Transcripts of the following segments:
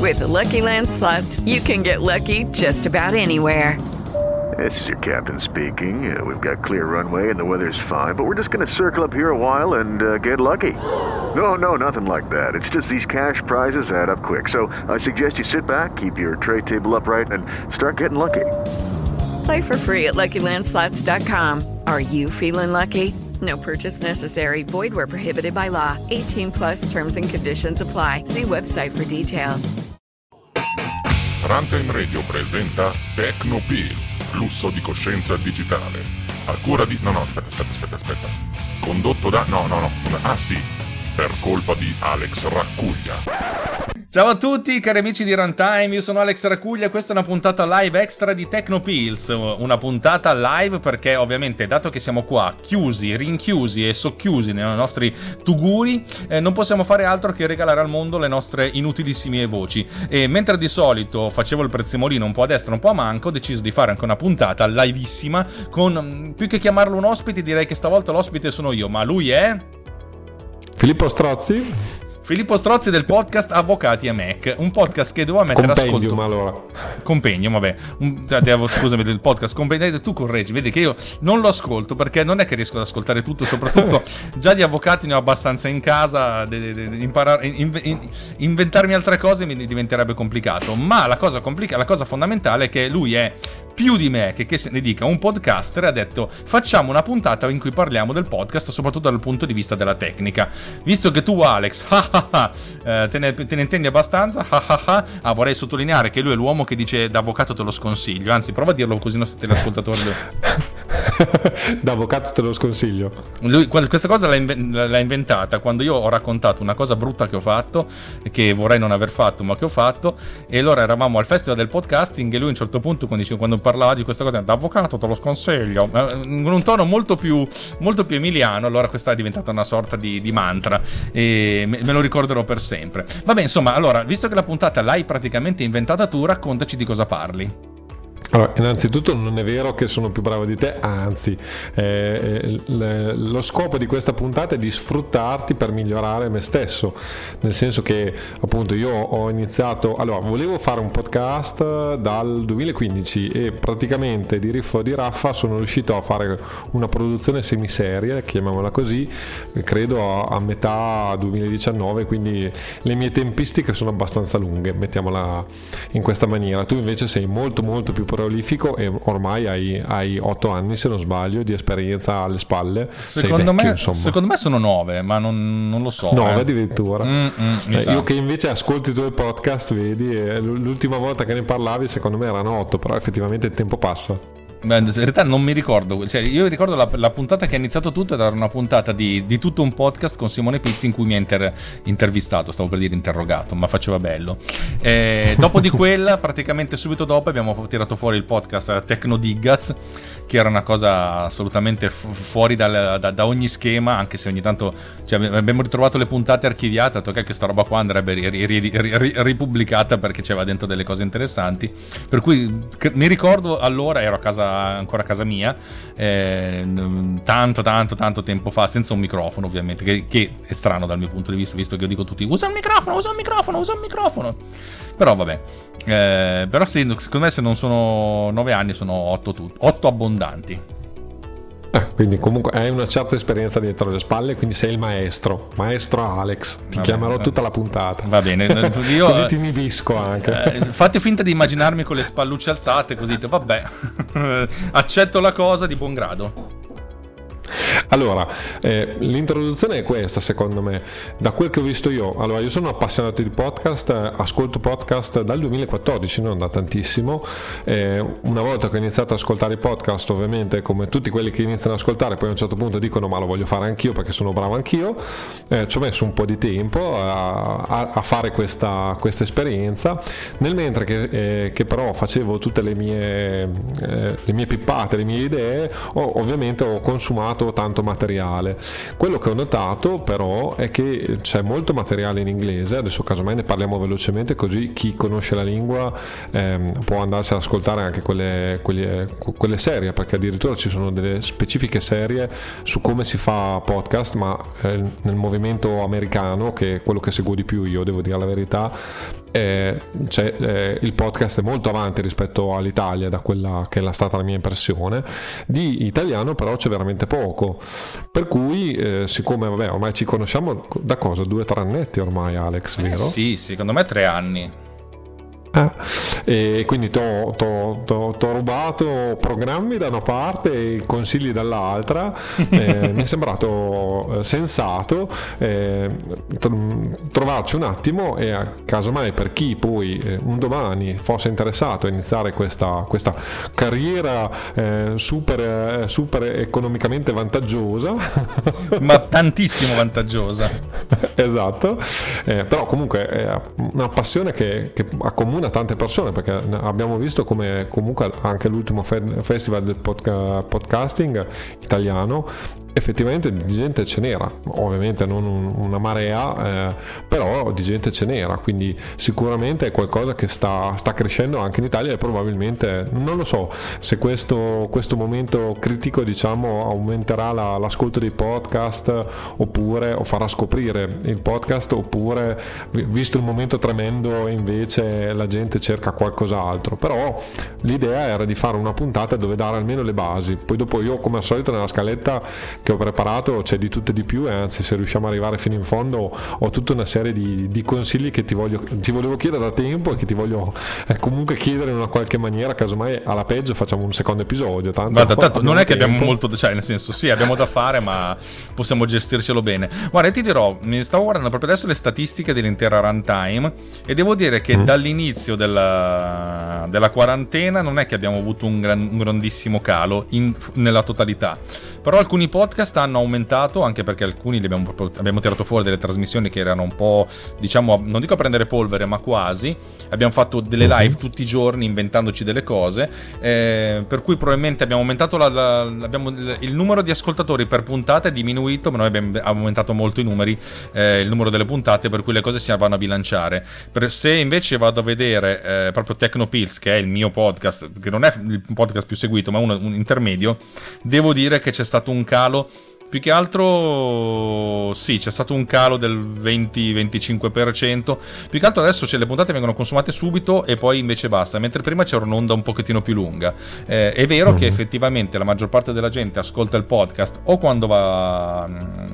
With the Lucky Land Slots, you can get lucky just about anywhere. This is your captain speaking. We've got clear runway and the weather's fine, but we're just going to circle up here a while and get lucky. No, nothing like that. It's just these cash prizes add up quick. So I suggest you sit back, keep your tray table upright, and start getting lucky. Play for free at LuckyLandSlots.com. Are you feeling lucky? No purchase necessary. Void where prohibited by law. 18 plus terms and conditions apply. See website for details. Runtime Radio presenta Techno Pills, flusso di coscienza digitale. A cura di... No, aspetta. Condotto da... No. Ah sì, per colpa di Alex Raccuglia. Ciao a tutti cari amici di Runtime, io sono Alex Raccuglia, questa è una puntata live extra di Techno Pills, una puntata live perché ovviamente dato che siamo qua chiusi, rinchiusi e socchiusi nei nostri tuguri, non possiamo fare altro che regalare al mondo le nostre inutilissime voci, e mentre di solito facevo il prezzemolino un po' a destra un po' a manca, ho deciso di fare anche una puntata livissima con, più che chiamarlo un ospite, direi che stavolta l'ospite sono io, ma lui è... Filippo Strozzi del podcast Avvocati e Mac, un podcast che devo mettere ascolto. Compendium, vabbè. Scusami, del podcast Compendium, tu correggi, vedi che io non lo ascolto perché non è che riesco ad ascoltare tutto, soprattutto già di avvocati ne ho abbastanza in casa, imparare, inventarmi altre cose mi diventerebbe complicato, ma la cosa fondamentale è che lui è più di me che se ne dica un podcaster, ha detto facciamo una puntata in cui parliamo del podcast soprattutto dal punto di vista della tecnica, visto che tu Alex te ne intendi abbastanza, vorrei sottolineare che lui è l'uomo che dice da avvocato te lo sconsiglio, anzi prova a dirlo così i nostri telescoltatori da avvocato te lo sconsiglio. Lui questa cosa l'ha inventata quando io ho raccontato una cosa brutta che ho fatto, che vorrei non aver fatto ma che ho fatto, e allora eravamo al festival del podcasting e lui a un certo punto quando parlava di questa cosa da avvocato te lo sconsiglio con un tono molto più emiliano, allora questa è diventata una sorta di mantra e me lo ricorderò per sempre. Vabbè, insomma, allora, visto che la puntata l'hai praticamente inventata tu, raccontaci di cosa parli. Allora, innanzitutto non è vero che sono più bravo di te, anzi lo scopo di questa puntata è di sfruttarti per migliorare me stesso, nel senso che appunto io ho iniziato, allora volevo fare un podcast dal 2015 e praticamente di riffo o di raffa sono riuscito a fare una produzione semiseria, chiamiamola così, credo a metà 2019, quindi le mie tempistiche sono abbastanza lunghe, mettiamola in questa maniera. Tu invece sei molto più prolifico e ormai hai 8 anni, se non sbaglio, di esperienza alle spalle. Secondo me sono 9, ma non lo so. 9 addirittura. Io che invece ascolti i tuoi podcast, vedi, l'ultima volta che ne parlavi secondo me erano 8, però effettivamente il tempo passa. Beh, in realtà non mi ricordo, cioè io ricordo la puntata che ha iniziato tutto ed era una puntata di tutto un podcast con Simone Pizzi in cui mi ha intervistato, stavo per dire interrogato, ma faceva bello. Dopo di quella, praticamente subito dopo abbiamo tirato fuori il podcast Techno Diggaz, che era una cosa assolutamente fuori da ogni schema, anche se ogni tanto abbiamo ritrovato le puntate archiviate, ho detto che questa roba qua andrebbe ripubblicata perché c'era dentro delle cose interessanti, per cui mi ricordo allora ero ancora a casa mia, tanto tempo fa, senza un microfono ovviamente, che è strano dal mio punto di vista, visto che io dico tutti usa il microfono, però vabbè, però sì, secondo me se non sono 9 anni sono 8 abbondanti. Quindi comunque hai una certa esperienza dietro le spalle, quindi sei il maestro Alex, ti chiamerò tutta la puntata. Va bene, io così ti inibisco anche. Fate finta di immaginarmi con le spallucce alzate così, vabbè, accetto la cosa di buon grado. Allora, l'introduzione è questa, secondo me, da quel che ho visto io. Allora, io sono appassionato di podcast, ascolto podcast dal 2014, non da tantissimo. Una volta che ho iniziato ad ascoltare i podcast, ovviamente, come tutti quelli che iniziano ad ascoltare, poi a un certo punto dicono ma lo voglio fare anch'io perché sono bravo anch'io. Ci ho messo un po' di tempo a fare questa esperienza, nel mentre che però facevo tutte le mie pippate, le mie idee, ovviamente ho consumato tanto tanto materiale. Quello che ho notato però è che c'è molto materiale in inglese, adesso casomai ne parliamo velocemente così chi conosce la lingua può andarsi ad ascoltare anche quelle serie, perché addirittura ci sono delle specifiche serie su come si fa podcast, ma nel movimento americano, che è quello che seguo di più io, devo dire la verità, il podcast è molto avanti rispetto all'Italia, da quella che è stata la mia impressione. Di italiano però c'è veramente poco, per cui siccome ormai ci conosciamo da cosa? 2 o 3 annetti ormai, Alex, vero? Sì, secondo me 3 anni. E quindi t'ho rubato programmi da una parte e consigli dall'altra. Mi è sembrato sensato trovarci un attimo, e casomai per chi poi un domani fosse interessato a iniziare questa carriera super economicamente vantaggiosa, ma tantissimo vantaggiosa. Esatto, però comunque è una passione che accomuna tante persone, perché abbiamo visto come comunque anche l'ultimo festival del podcasting italiano effettivamente di gente ce n'era, ovviamente non una marea, però di gente ce n'era, quindi sicuramente è qualcosa che sta crescendo anche in Italia, e probabilmente, non lo so se questo momento critico, diciamo, aumenterà l'ascolto dei podcast, oppure o farà scoprire il podcast, oppure visto il momento tremendo invece la gente cerca qualcos'altro. Però l'idea era di fare una puntata dove dare almeno le basi, poi dopo io come al solito nella scaletta che ho preparato c'è di tutto e di più, e anzi se riusciamo ad arrivare fino in fondo ho tutta una serie di consigli che ti volevo chiedere da tempo, e che ti voglio comunque chiedere in una qualche maniera, casomai alla peggio facciamo un secondo episodio. Tanto non è che abbiamo molto, cioè nel senso sì, abbiamo da fare, ma possiamo gestircelo bene. Guarda, ti dirò, mi stavo guardando proprio adesso le statistiche dell'intera runtime, e devo dire che dall'inizio della quarantena non è che abbiamo avuto un grandissimo calo nella totalità, però alcuni podcast hanno aumentato, anche perché alcuni li abbiamo tirato fuori delle trasmissioni che erano un po', diciamo, non dico a prendere polvere, ma quasi. Abbiamo fatto delle live tutti i giorni inventandoci delle cose, per cui probabilmente abbiamo aumentato il numero di ascoltatori per puntata è diminuito, ma noi abbiamo aumentato molto il numero delle puntate, per cui le cose si vanno a bilanciare. Se invece vado a vedere proprio Tecnopills, che è il mio podcast, che non è il podcast più seguito ma un intermedio, devo dire che c'è stato un calo. Più che altro sì, c'è stato un calo del 20-25%. Più che altro adesso le puntate vengono consumate subito e poi invece basta, mentre prima c'era un'onda un pochettino più lunga. È vero che effettivamente la maggior parte della gente ascolta il podcast o quando fa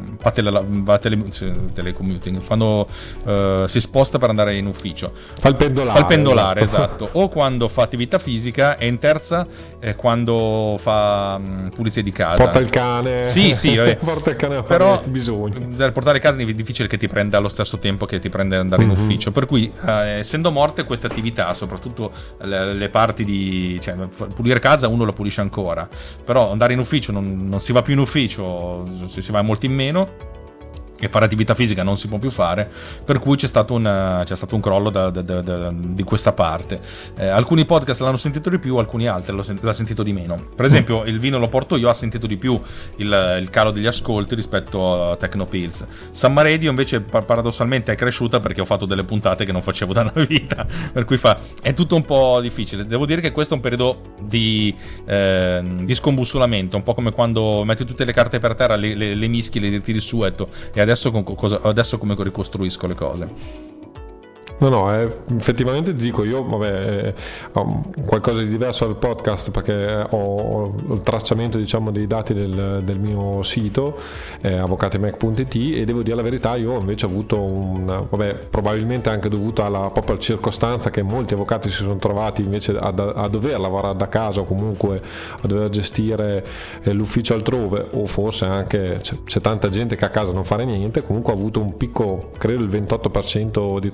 telecommuting, quando si sposta per andare in ufficio, fa il pendolare, esatto, o quando fa attività fisica, e in terza quando fa pulizia di casa, porta il cane. Sì, porta il cane a fare però bisogno. Portare a casa è difficile che ti prenda allo stesso tempo che ti prende andare in ufficio, per cui essendo morte queste attività, soprattutto le parti cioè, pulire casa uno lo pulisce ancora, però andare in ufficio non si va più in ufficio, si va molto in meno, e fare attività fisica non si può più fare, per cui c'è stato un crollo di questa parte. Alcuni podcast l'hanno sentito di più, alcuni altri l'ha sentito di meno. Per esempio il Vino lo porto io ha sentito di più il calo degli ascolti rispetto a Tecnopills. Summa Radio invece paradossalmente è cresciuta, perché ho fatto delle puntate che non facevo da una vita, per cui è tutto un po' difficile. Devo dire che questo è un periodo di scombussolamento, un po' come quando metti tutte le carte per terra, le mischi, le tiri su e adesso come ricostruisco le cose. No, effettivamente ti dico io, ho qualcosa di diverso dal podcast, perché ho il tracciamento, diciamo, dei dati del mio sito avvocatimec.it, e devo dire la verità, io invece ho avuto probabilmente anche dovuto proprio alla circostanza che molti avvocati si sono trovati invece a dover lavorare da casa, o comunque a dover gestire l'ufficio altrove, o forse anche c'è tanta gente che a casa non fare niente. Comunque ho avuto un picco, credo il 28% di traffico in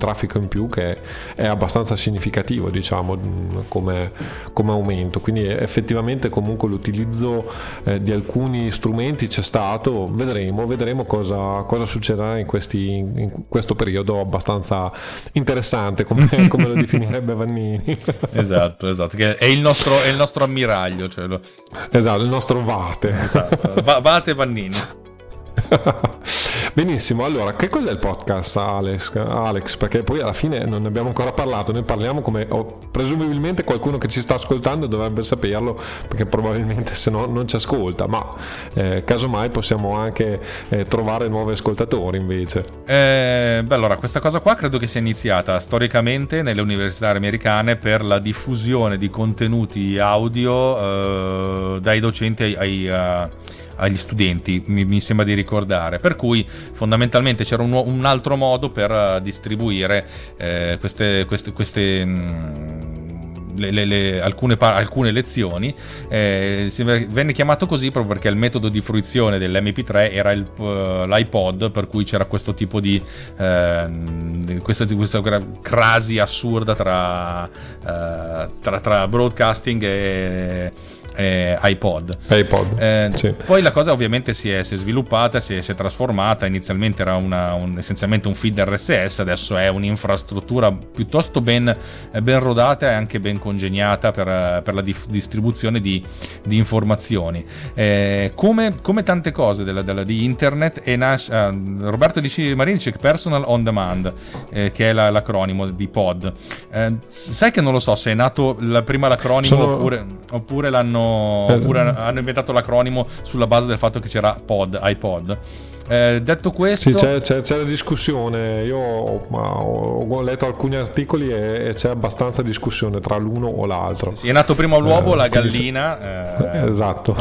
più, che è abbastanza significativo, diciamo, come aumento. Quindi effettivamente comunque l'utilizzo di alcuni strumenti c'è stato. Vedremo cosa succederà in questo periodo abbastanza interessante, come lo definirebbe Vannini. Esatto, che è il nostro ammiraglio, cioè esatto, il nostro Vate. Esatto, Vate Vannini. Benissimo, allora che cos'è il podcast, Alex? Perché poi alla fine non ne abbiamo ancora parlato, noi parliamo come presumibilmente qualcuno che ci sta ascoltando dovrebbe saperlo, perché probabilmente se no non ci ascolta, ma casomai possiamo anche trovare nuovi ascoltatori invece. Allora, questa cosa qua credo che sia iniziata storicamente nelle università americane per la diffusione di contenuti audio dai docenti agli studenti, mi sembra di ricordare, per cui fondamentalmente c'era un altro modo per distribuire alcune lezioni. Venne chiamato così proprio perché il metodo di fruizione dell'MP3 era l'iPod, per cui c'era questo tipo di questa crasi assurda tra broadcasting e iPod. Sì. Poi la cosa ovviamente si è sviluppata, si è trasformata. Inizialmente era essenzialmente un feed RSS, adesso è un'infrastruttura piuttosto ben rodata e anche ben congegnata per la distribuzione di informazioni, come tante cose di internet. E Roberto Marini dice Personal on Demand, che è l'acronimo di pod. Sai che non lo so se è nato prima l'acronimo oppure hanno inventato l'acronimo sulla base del fatto che c'era iPod. Detto questo, sì, c'è la discussione. Io ho letto alcuni articoli e c'è abbastanza discussione tra l'uno o l'altro. Sì, è nato prima l'uovo o la gallina. Esatto.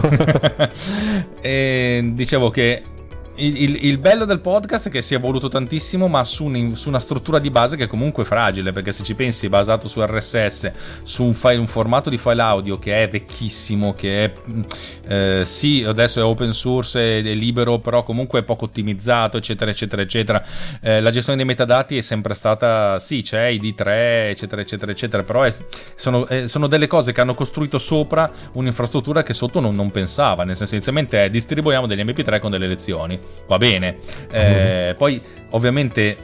E dicevo che il bello del podcast è che si è evoluto tantissimo, ma su una struttura di base che è comunque fragile, perché se ci pensi è basato su RSS, su un formato di file audio che è vecchissimo, che è sì, adesso è open source, è libero, però comunque è poco ottimizzato, eccetera eccetera eccetera. La gestione dei metadati è sempre stata, sì, c'è ID3 eccetera eccetera eccetera, però sono delle cose che hanno costruito sopra un'infrastruttura che sotto non pensava, nel senso inizialmente distribuiamo degli MP3 con delle lezioni, va bene, poi ovviamente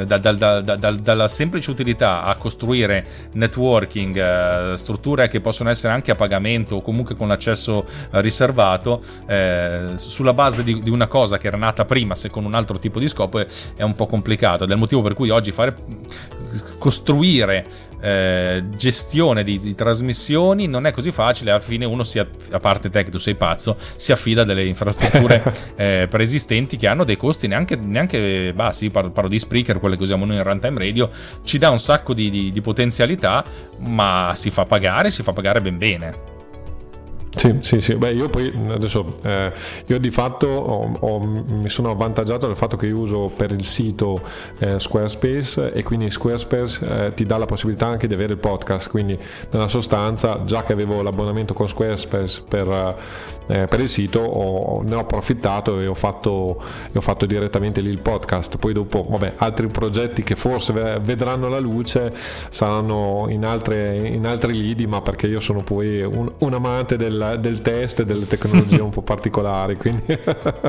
dalla semplice utilità a costruire networking, strutture che possono essere anche a pagamento o comunque con accesso riservato, sulla base di una cosa che era nata prima se con un altro tipo di scopo, è un po' complicato, ed è il motivo per cui oggi costruire gestione di trasmissioni non è così facile. Alla fine uno a parte te che tu sei pazzo, si affida a delle infrastrutture preesistenti che hanno dei costi neanche bassi. Parlo di Spreaker, quelle che usiamo noi in Runtime Radio, ci dà un sacco di potenzialità, ma si fa pagare ben bene. Sì. Beh, io poi adesso io di fatto mi sono avvantaggiato del fatto che io uso per il sito Squarespace, e quindi Squarespace ti dà la possibilità anche di avere il podcast. Quindi nella sostanza, già che avevo l'abbonamento con Squarespace per il sito, ne ho approfittato e ho fatto direttamente lì il podcast. Poi dopo, vabbè, altri progetti che forse vedranno la luce saranno in altri lidi, ma perché io sono poi un amante del test e delle tecnologie un po' particolari, quindi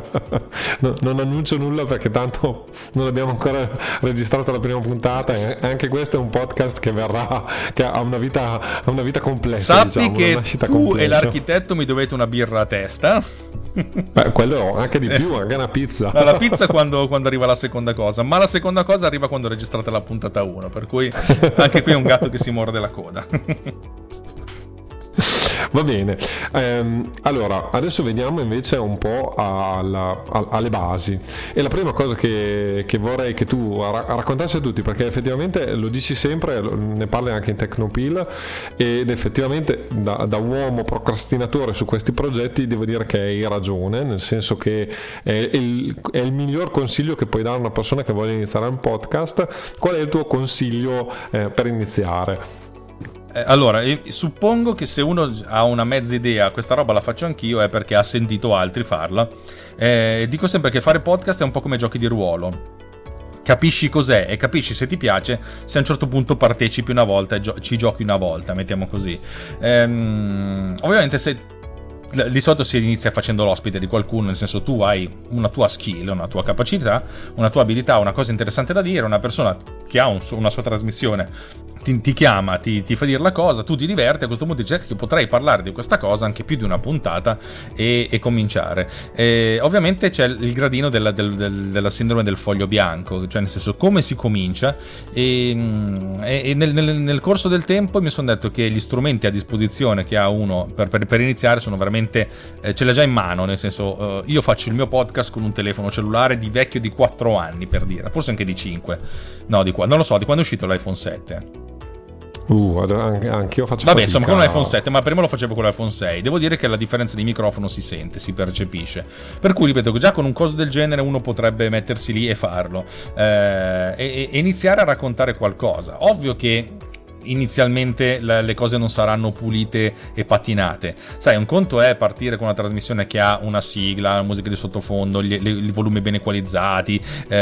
non annuncio nulla perché tanto non abbiamo ancora registrato la prima puntata, e anche questo è un podcast che ha una vita complessa. Sappi, diciamo, che tu complessa. E l'architetto mi dovete una birra a testa. Beh, quello anche di più, anche una pizza. No, la pizza quando arriva la seconda cosa, ma la seconda cosa arriva quando registrate la puntata 1, per cui anche qui è un gatto che si morde la coda. Va bene, allora adesso veniamo invece un po' alle basi, e la prima cosa che vorrei che tu raccontassi a tutti, perché effettivamente lo dici sempre, ne parli anche in Tecnopil, ed effettivamente da uomo procrastinatore su questi progetti devo dire che hai ragione, nel senso che è il miglior consiglio che puoi dare a una persona che vuole iniziare un podcast. Qual è il tuo consiglio per iniziare? Allora, suppongo che se uno ha una mezza idea, questa roba la faccio anch'io, è perché ha sentito altri farla. Dico sempre che fare podcast è un po' come giochi di ruolo, capisci cos'è e capisci se ti piace, se a un certo punto partecipi una volta e ci giochi una volta, mettiamo così. Ovviamente se di solito si inizia facendo l'ospite di qualcuno, nel senso tu hai una tua skill, una tua capacità, una tua abilità, una cosa interessante da dire, una persona che ha una sua trasmissione ti chiama, ti fa dire la cosa, tu ti diverti, a questo punto dici che potrei parlare di questa cosa anche più di una puntata e cominciare. Ovviamente c'è il gradino della sindrome del foglio bianco, cioè nel senso come si comincia, e nel corso del tempo mi sono detto che gli strumenti a disposizione che ha uno per iniziare sono veramente, ce l'ha già in mano, nel senso io faccio il mio podcast con un telefono cellulare di vecchio di 4 anni, per dire, forse anche di 5, no, non lo so, di quando è uscito l'iPhone 7. Anche io faccio vabbè, insomma, con l'iPhone 7, ma prima lo facevo con l'iPhone 6. Devo dire che la differenza di microfono si sente, si percepisce. Per cui, ripeto, già con un coso del genere uno potrebbe mettersi lì e farlo, e iniziare a raccontare qualcosa. Ovvio che inizialmente le cose non saranno pulite e patinate, sai, un conto è partire con una trasmissione che ha una sigla, musica di sottofondo, i volumi ben equalizzati,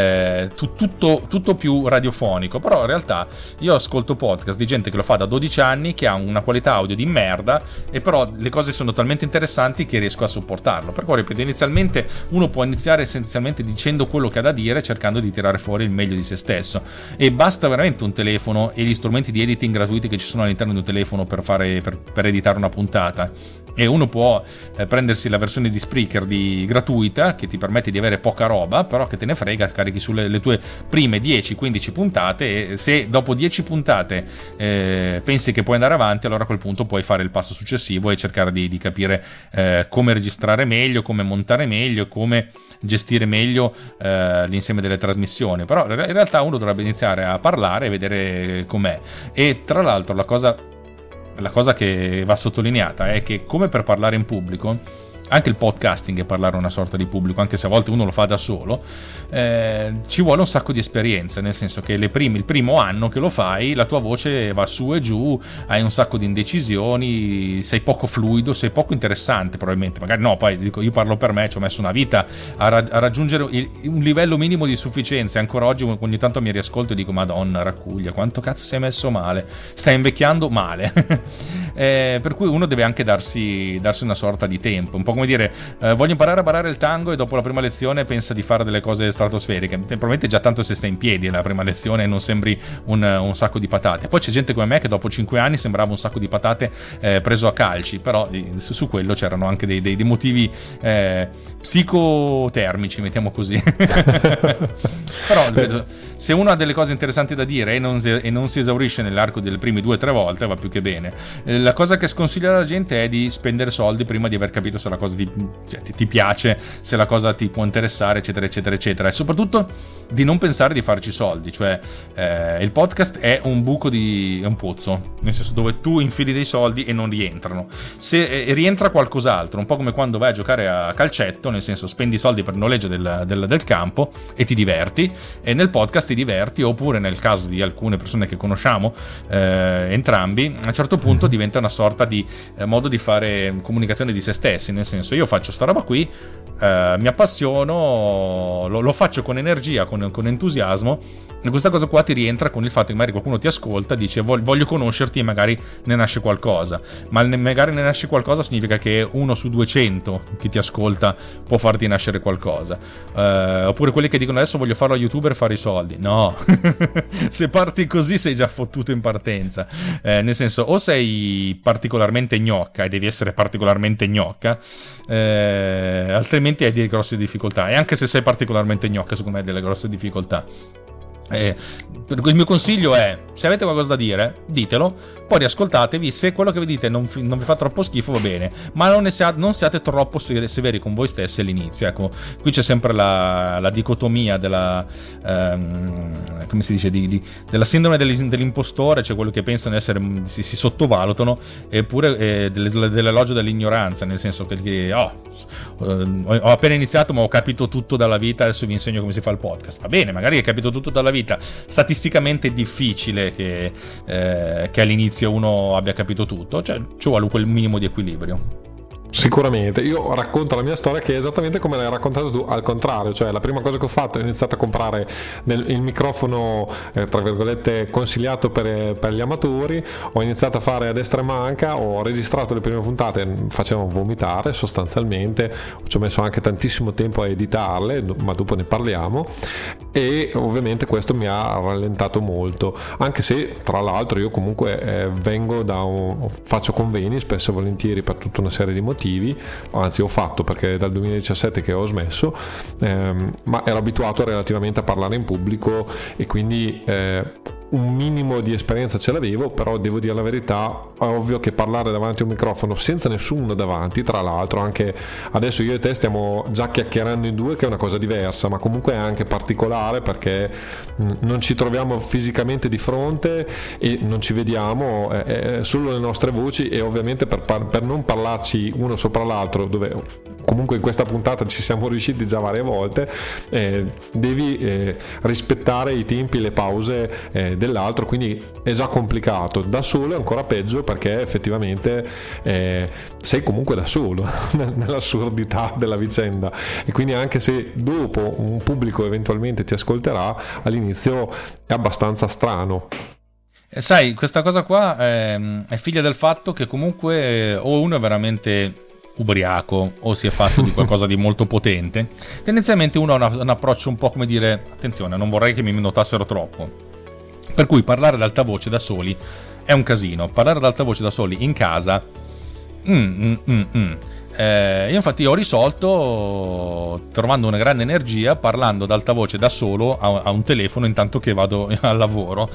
tutto più radiofonico, però in realtà io ascolto podcast di gente che lo fa da 12 anni, che ha una qualità audio di merda, e però le cose sono talmente interessanti che riesco a sopportarlo. Per cui, ripeto, inizialmente uno può iniziare essenzialmente dicendo quello che ha da dire, cercando di tirare fuori il meglio di se stesso, e basta veramente un telefono e gli strumenti di editing gratuiti che ci sono all'interno di un telefono per editare una puntata, e uno può prendersi la versione di Spreaker gratuita, che ti permette di avere poca roba, però che te ne frega, carichi sulle le tue prime 10-15 puntate, e se dopo 10 puntate pensi che puoi andare avanti, allora a quel punto puoi fare il passo successivo e cercare di capire come registrare meglio, come montare meglio, come gestire meglio l'insieme delle trasmissioni. Però in realtà uno dovrebbe iniziare a parlare e vedere com'è. E tra l'altro la cosa che va sottolineata è che, come per parlare in pubblico, anche il podcasting è parlare a una sorta di pubblico, anche se a volte uno lo fa da solo, ci vuole un sacco di esperienza, nel senso che il primo anno che lo fai, la tua voce va su e giù, hai un sacco di indecisioni, sei poco fluido, sei poco interessante probabilmente, magari no, poi dico, io parlo per me, ci ho messo una vita a raggiungere un livello minimo di sufficienza, e ancora oggi ogni tanto mi riascolto e dico: Madonna Raccuglia, quanto cazzo sei messo male, stai invecchiando male. Per cui uno deve anche darsi una sorta di tempo, un po' come dire voglio imparare a ballare il tango, e dopo la prima lezione pensa di fare delle cose stratosferiche. Probabilmente già tanto se stai in piedi la prima lezione e non sembri un sacco di patate. Poi c'è gente come me che dopo 5 anni sembrava un sacco di patate preso a calci, però su quello c'erano anche dei motivi psicotermici, mettiamo così. Però ripeto, se uno ha delle cose interessanti da dire e non si esaurisce nell'arco delle prime 2 o 3 volte, va più che bene. La cosa che sconsiglio alla gente è di spendere soldi prima di aver capito se la cosa ti piace, se la cosa ti può interessare, eccetera eccetera eccetera, e soprattutto di non pensare di farci soldi. Cioè il podcast è un buco è un pozzo, nel senso dove tu infili dei soldi e non rientrano. Se rientra qualcos'altro, un po' come quando vai a giocare a calcetto, nel senso spendi soldi per il noleggio del campo e ti diverti, e nel podcast ti diverti, oppure nel caso di alcune persone che conosciamo entrambi, a un certo punto diventa una sorta di modo di fare comunicazione di se stessi, nel senso io faccio sta roba qui, mi appassiono, lo faccio con energia, con entusiasmo, e questa cosa qua ti rientra con il fatto che magari qualcuno ti ascolta, dice voglio conoscerti, e magari ne nasce qualcosa, ma magari ne nasce qualcosa significa che 1 su 200 che ti ascolta può farti nascere qualcosa. Oppure quelli che dicono adesso voglio farlo a YouTuber e fare i soldi, no. Se parti così sei già fottuto in partenza, nel senso, o sei particolarmente gnocca e devi essere particolarmente gnocca, altrimenti hai delle grosse difficoltà, e anche se sei particolarmente gnocca secondo me hai delle grosse difficoltà. Il mio consiglio è: se avete qualcosa da dire, ditelo, poi riascoltatevi. Se quello che vi dite non vi fa troppo schifo, va bene, ma non siate troppo severi con voi stessi all'inizio. Ecco, qui c'è sempre la dicotomia della come si dice, della sindrome dell'impostore, cioè quello che pensano si sottovalutano, eppure dell'elogio dell'ignoranza, nel senso che ho appena iniziato ma ho capito tutto dalla vita, adesso vi insegno come si fa il podcast. Va bene, magari hai capito tutto dalla vita, statisticamente è difficile che all'inizio uno abbia capito tutto, cioè ci vuole quel minimo di equilibrio. Sì, Sicuramente. Io racconto la mia storia che è esattamente come l'hai raccontato tu, al contrario, cioè la prima cosa che ho fatto è iniziato a comprare il microfono tra virgolette consigliato per gli amatori, ho iniziato a fare a destra e manca, ho registrato le prime puntate, facevano vomitare sostanzialmente, ci ho messo anche tantissimo tempo a editarle, ma dopo ne parliamo, e ovviamente questo mi ha rallentato molto, anche se tra l'altro io comunque vengo faccio convegni spesso e volentieri per tutta una serie di motivi, anzi ho fatto perché dal 2017 che ho smesso, ma ero abituato relativamente a parlare in pubblico e quindi un minimo di esperienza ce l'avevo, però devo dire la verità, è ovvio che parlare davanti a un microfono senza nessuno davanti, tra l'altro anche adesso io e te stiamo già chiacchierando in due, che è una cosa diversa, ma comunque è anche particolare perché non ci troviamo fisicamente di fronte e non ci vediamo, solo le nostre voci, e ovviamente per non parlarci uno sopra l'altro, dove comunque in questa puntata ci siamo riusciti già varie volte, devi rispettare i tempi, le pause dell'altro, quindi è già complicato. Da solo è ancora peggio perché effettivamente sei comunque da solo nell'assurdità della vicenda, e quindi anche se dopo un pubblico eventualmente ti ascolterà, all'inizio è abbastanza strano. Sai, questa cosa qua è figlia del fatto che comunque o uno è veramente ubriaco o si è fatto di qualcosa di molto potente, tendenzialmente uno ha un approccio un po' come dire: attenzione, non vorrei che mi notassero troppo, per cui parlare ad alta voce da soli è un casino. Parlare ad alta voce da soli in casa io infatti ho risolto trovando una grande energia parlando ad alta voce da solo a un telefono intanto che vado al lavoro,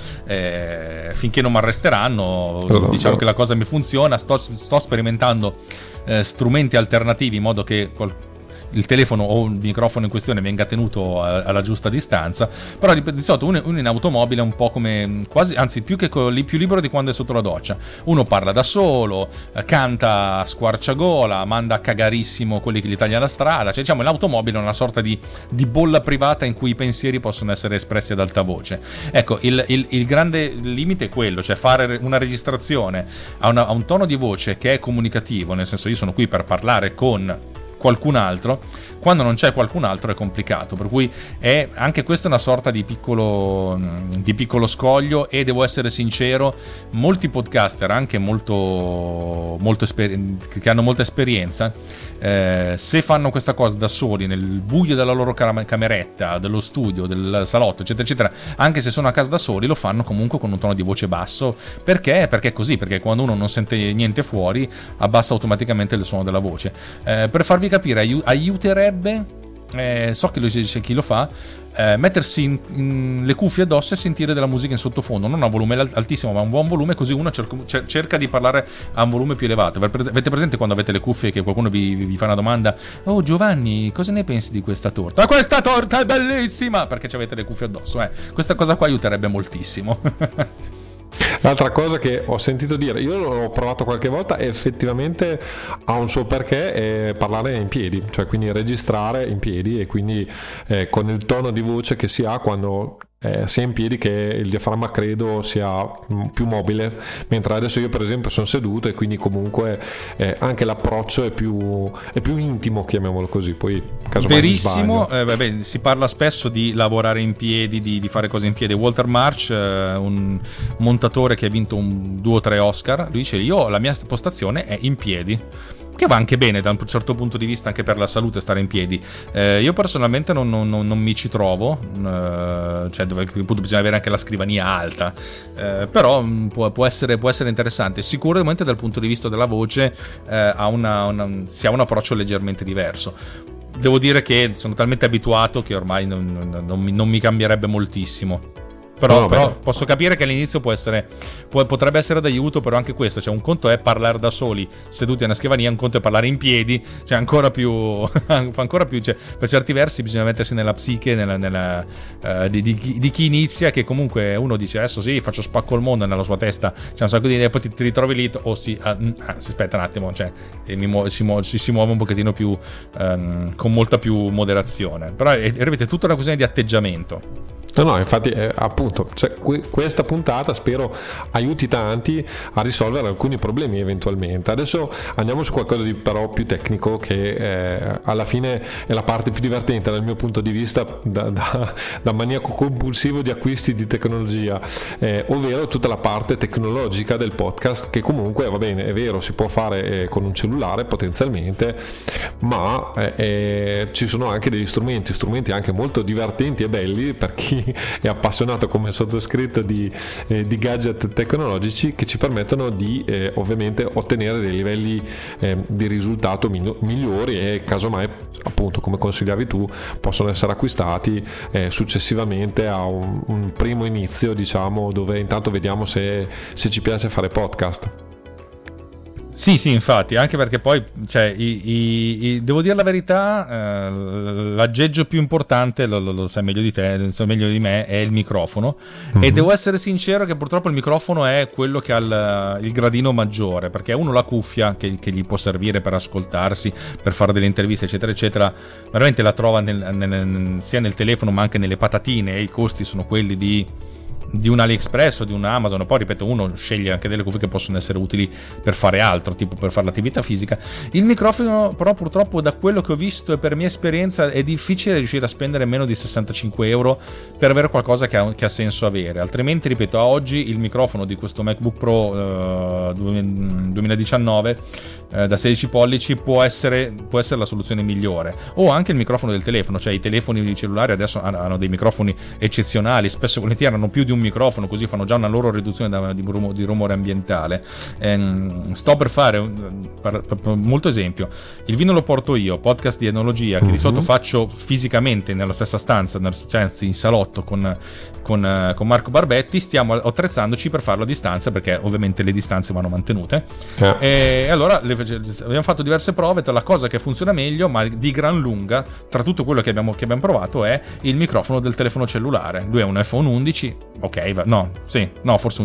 finché non mi arresteranno. Diciamo che la cosa mi funziona, sto sperimentando strumenti alternativi in modo che il telefono o il microfono in questione venga tenuto alla giusta distanza. Però di solito uno in automobile è un po' come quasi, anzi più libero di quando è sotto la doccia. Uno parla da solo, canta a squarciagola, manda a cagarissimo quelli che gli tagliano la strada, cioè diciamo l'automobile è una sorta di bolla privata in cui i pensieri possono essere espressi ad alta voce. Ecco, il grande limite è quello, cioè fare una registrazione a un tono di voce che è comunicativo, nel senso io sono qui per parlare con qualcun altro, quando non c'è qualcun altro è complicato, per cui è anche questa una sorta di piccolo scoglio. E devo essere sincero, molti podcaster anche molto che hanno molta esperienza, se fanno questa cosa da soli nel buio della loro cameretta, dello studio, del salotto, eccetera eccetera, anche se sono a casa da soli, lo fanno comunque con un tono di voce basso, perché è così, perché quando uno non sente niente fuori abbassa automaticamente il suono della voce. Per farvi capire, aiuterebbe, so che chi lo fa, mettersi le cuffie addosso e sentire della musica in sottofondo, non a volume altissimo ma a un buon volume, così uno cerca di parlare a un volume più elevato. Avete presente quando avete le cuffie che qualcuno vi fa una domanda: oh Giovanni, cosa ne pensi di questa torta? Questa torta è bellissima, perché ci avete le cuffie addosso. Questa cosa qua aiuterebbe moltissimo. L'altra cosa che ho sentito dire, io l'ho provato qualche volta e effettivamente ha un suo perché, è parlare in piedi, cioè quindi registrare in piedi, e quindi con il tono di voce che si ha quando sia in piedi, che il diaframma credo sia più mobile, mentre adesso io per esempio sono seduto e quindi comunque anche l'approccio è più intimo, chiamiamolo così. Poi verissimo, si parla spesso di lavorare in piedi, di fare cose in piedi. Walter March, un montatore che ha vinto 2 o 3 Oscar, lui dice: io la mia postazione è in piedi, che va anche bene da un certo punto di vista, anche per la salute stare in piedi. Io personalmente non mi ci trovo, cioè dove appunto bisogna avere anche la scrivania alta, però può essere interessante. Sicuramente dal punto di vista della voce si ha un approccio leggermente diverso. Devo dire che sono talmente abituato che ormai non mi cambierebbe moltissimo. Però posso capire che all'inizio potrebbe essere d'aiuto, però anche questo, cioè un conto è parlare da soli seduti a una scrivania, un conto è parlare in piedi, cioè ancora più cioè, per certi versi bisogna mettersi nella psiche di chi inizia, che comunque uno dice adesso sì, faccio spacco il mondo, nella sua testa c'è un sacco di idee, poi ti ritrovi lì, aspetta un attimo, cioè si muove un pochettino più con molta più moderazione. Però ripeto, è tutta una questione di atteggiamento. No, infatti appunto, cioè, questa puntata spero aiuti tanti a risolvere alcuni problemi eventualmente. Adesso andiamo su qualcosa di però più tecnico, che alla fine è la parte più divertente dal mio punto di vista da maniaco compulsivo di acquisti di tecnologia, ovvero tutta la parte tecnologica del podcast, che comunque va bene, è vero, si può fare con un cellulare potenzialmente, ma ci sono anche degli strumenti anche molto divertenti e belli per chi è appassionato come il sottoscritto di gadget tecnologici, che ci permettono di ovviamente ottenere dei livelli di risultato migliori, e casomai, appunto, come consigliavi tu, possono essere acquistati successivamente a un primo inizio, diciamo, dove intanto vediamo se ci piace fare podcast. Sì, infatti, anche perché poi, cioè, devo dire la verità, l'aggeggio più importante, lo sai meglio di te, lo sai meglio di me, è il microfono. E devo essere sincero che purtroppo il microfono è quello che ha il gradino maggiore, perché uno la cuffia che gli può servire per ascoltarsi, per fare delle interviste, eccetera eccetera, veramente la trova sia nel telefono ma anche nelle patatine, e i costi sono quelli di un AliExpress o di un Amazon. Poi ripeto, uno sceglie anche delle cuffie che possono essere utili per fare altro, tipo per fare l'attività fisica. Il microfono però, purtroppo, da quello che ho visto e per mia esperienza, è difficile riuscire a spendere meno di 65 euro per avere qualcosa che ha senso avere. Altrimenti, ripeto, a oggi il microfono di questo MacBook Pro 2019 da 16 pollici può essere la soluzione migliore, o anche il microfono del telefono. Cioè, i telefoni di cellulari adesso hanno dei microfoni eccezionali, spesso e volentieri hanno più di un microfono, così fanno già una loro riduzione di rumore ambientale. Sto per fare molto esempio, il vino lo porto io, podcast di enologia, che di solito faccio fisicamente nella stessa stanza, cioè in salotto con Marco Barbetti. Stiamo attrezzandoci per farlo a distanza, perché ovviamente le distanze vanno mantenute. E allora abbiamo fatto diverse prove. La cosa che funziona meglio, ma di gran lunga, tra tutto quello che abbiamo provato, è il microfono del telefono cellulare. Lui è un iPhone 11, forse un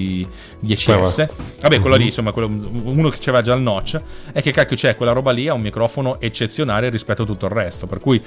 10S. Vabbè, quello lì, insomma, uno che c'aveva già il notch. E che cacchio c'è? Quella roba lì ha un microfono eccezionale rispetto a tutto il resto, per cui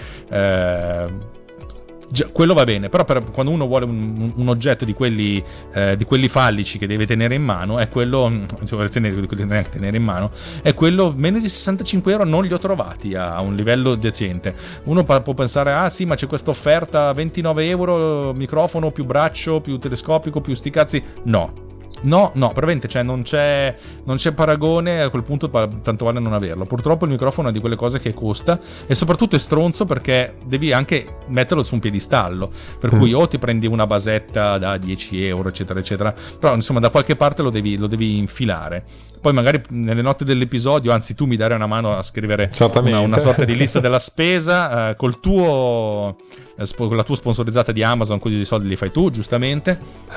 quello va bene. Però quando uno vuole un oggetto di quelli fallici che deve tenere in mano, è quello, se vuole tenere in mano, è quello. Meno di 65 euro non li ho trovati a un livello decente. Uno può pensare, sì, ma c'è questa offerta 29 euro, microfono più braccio, più telescopico, più sti cazzi. No, veramente, cioè non c'è paragone. A quel punto tanto vale non averlo. Purtroppo il microfono è di quelle cose che costa, e soprattutto è stronzo, perché devi anche metterlo su un piedistallo, per cui o ti prendi una basetta da 10 euro, eccetera eccetera, però insomma da qualche parte lo devi infilare. Poi magari nelle note dell'episodio, anzi, tu mi darai una mano a scrivere una sorta di lista della spesa con la tua sponsorizzata di Amazon, così i soldi li fai tu, giustamente.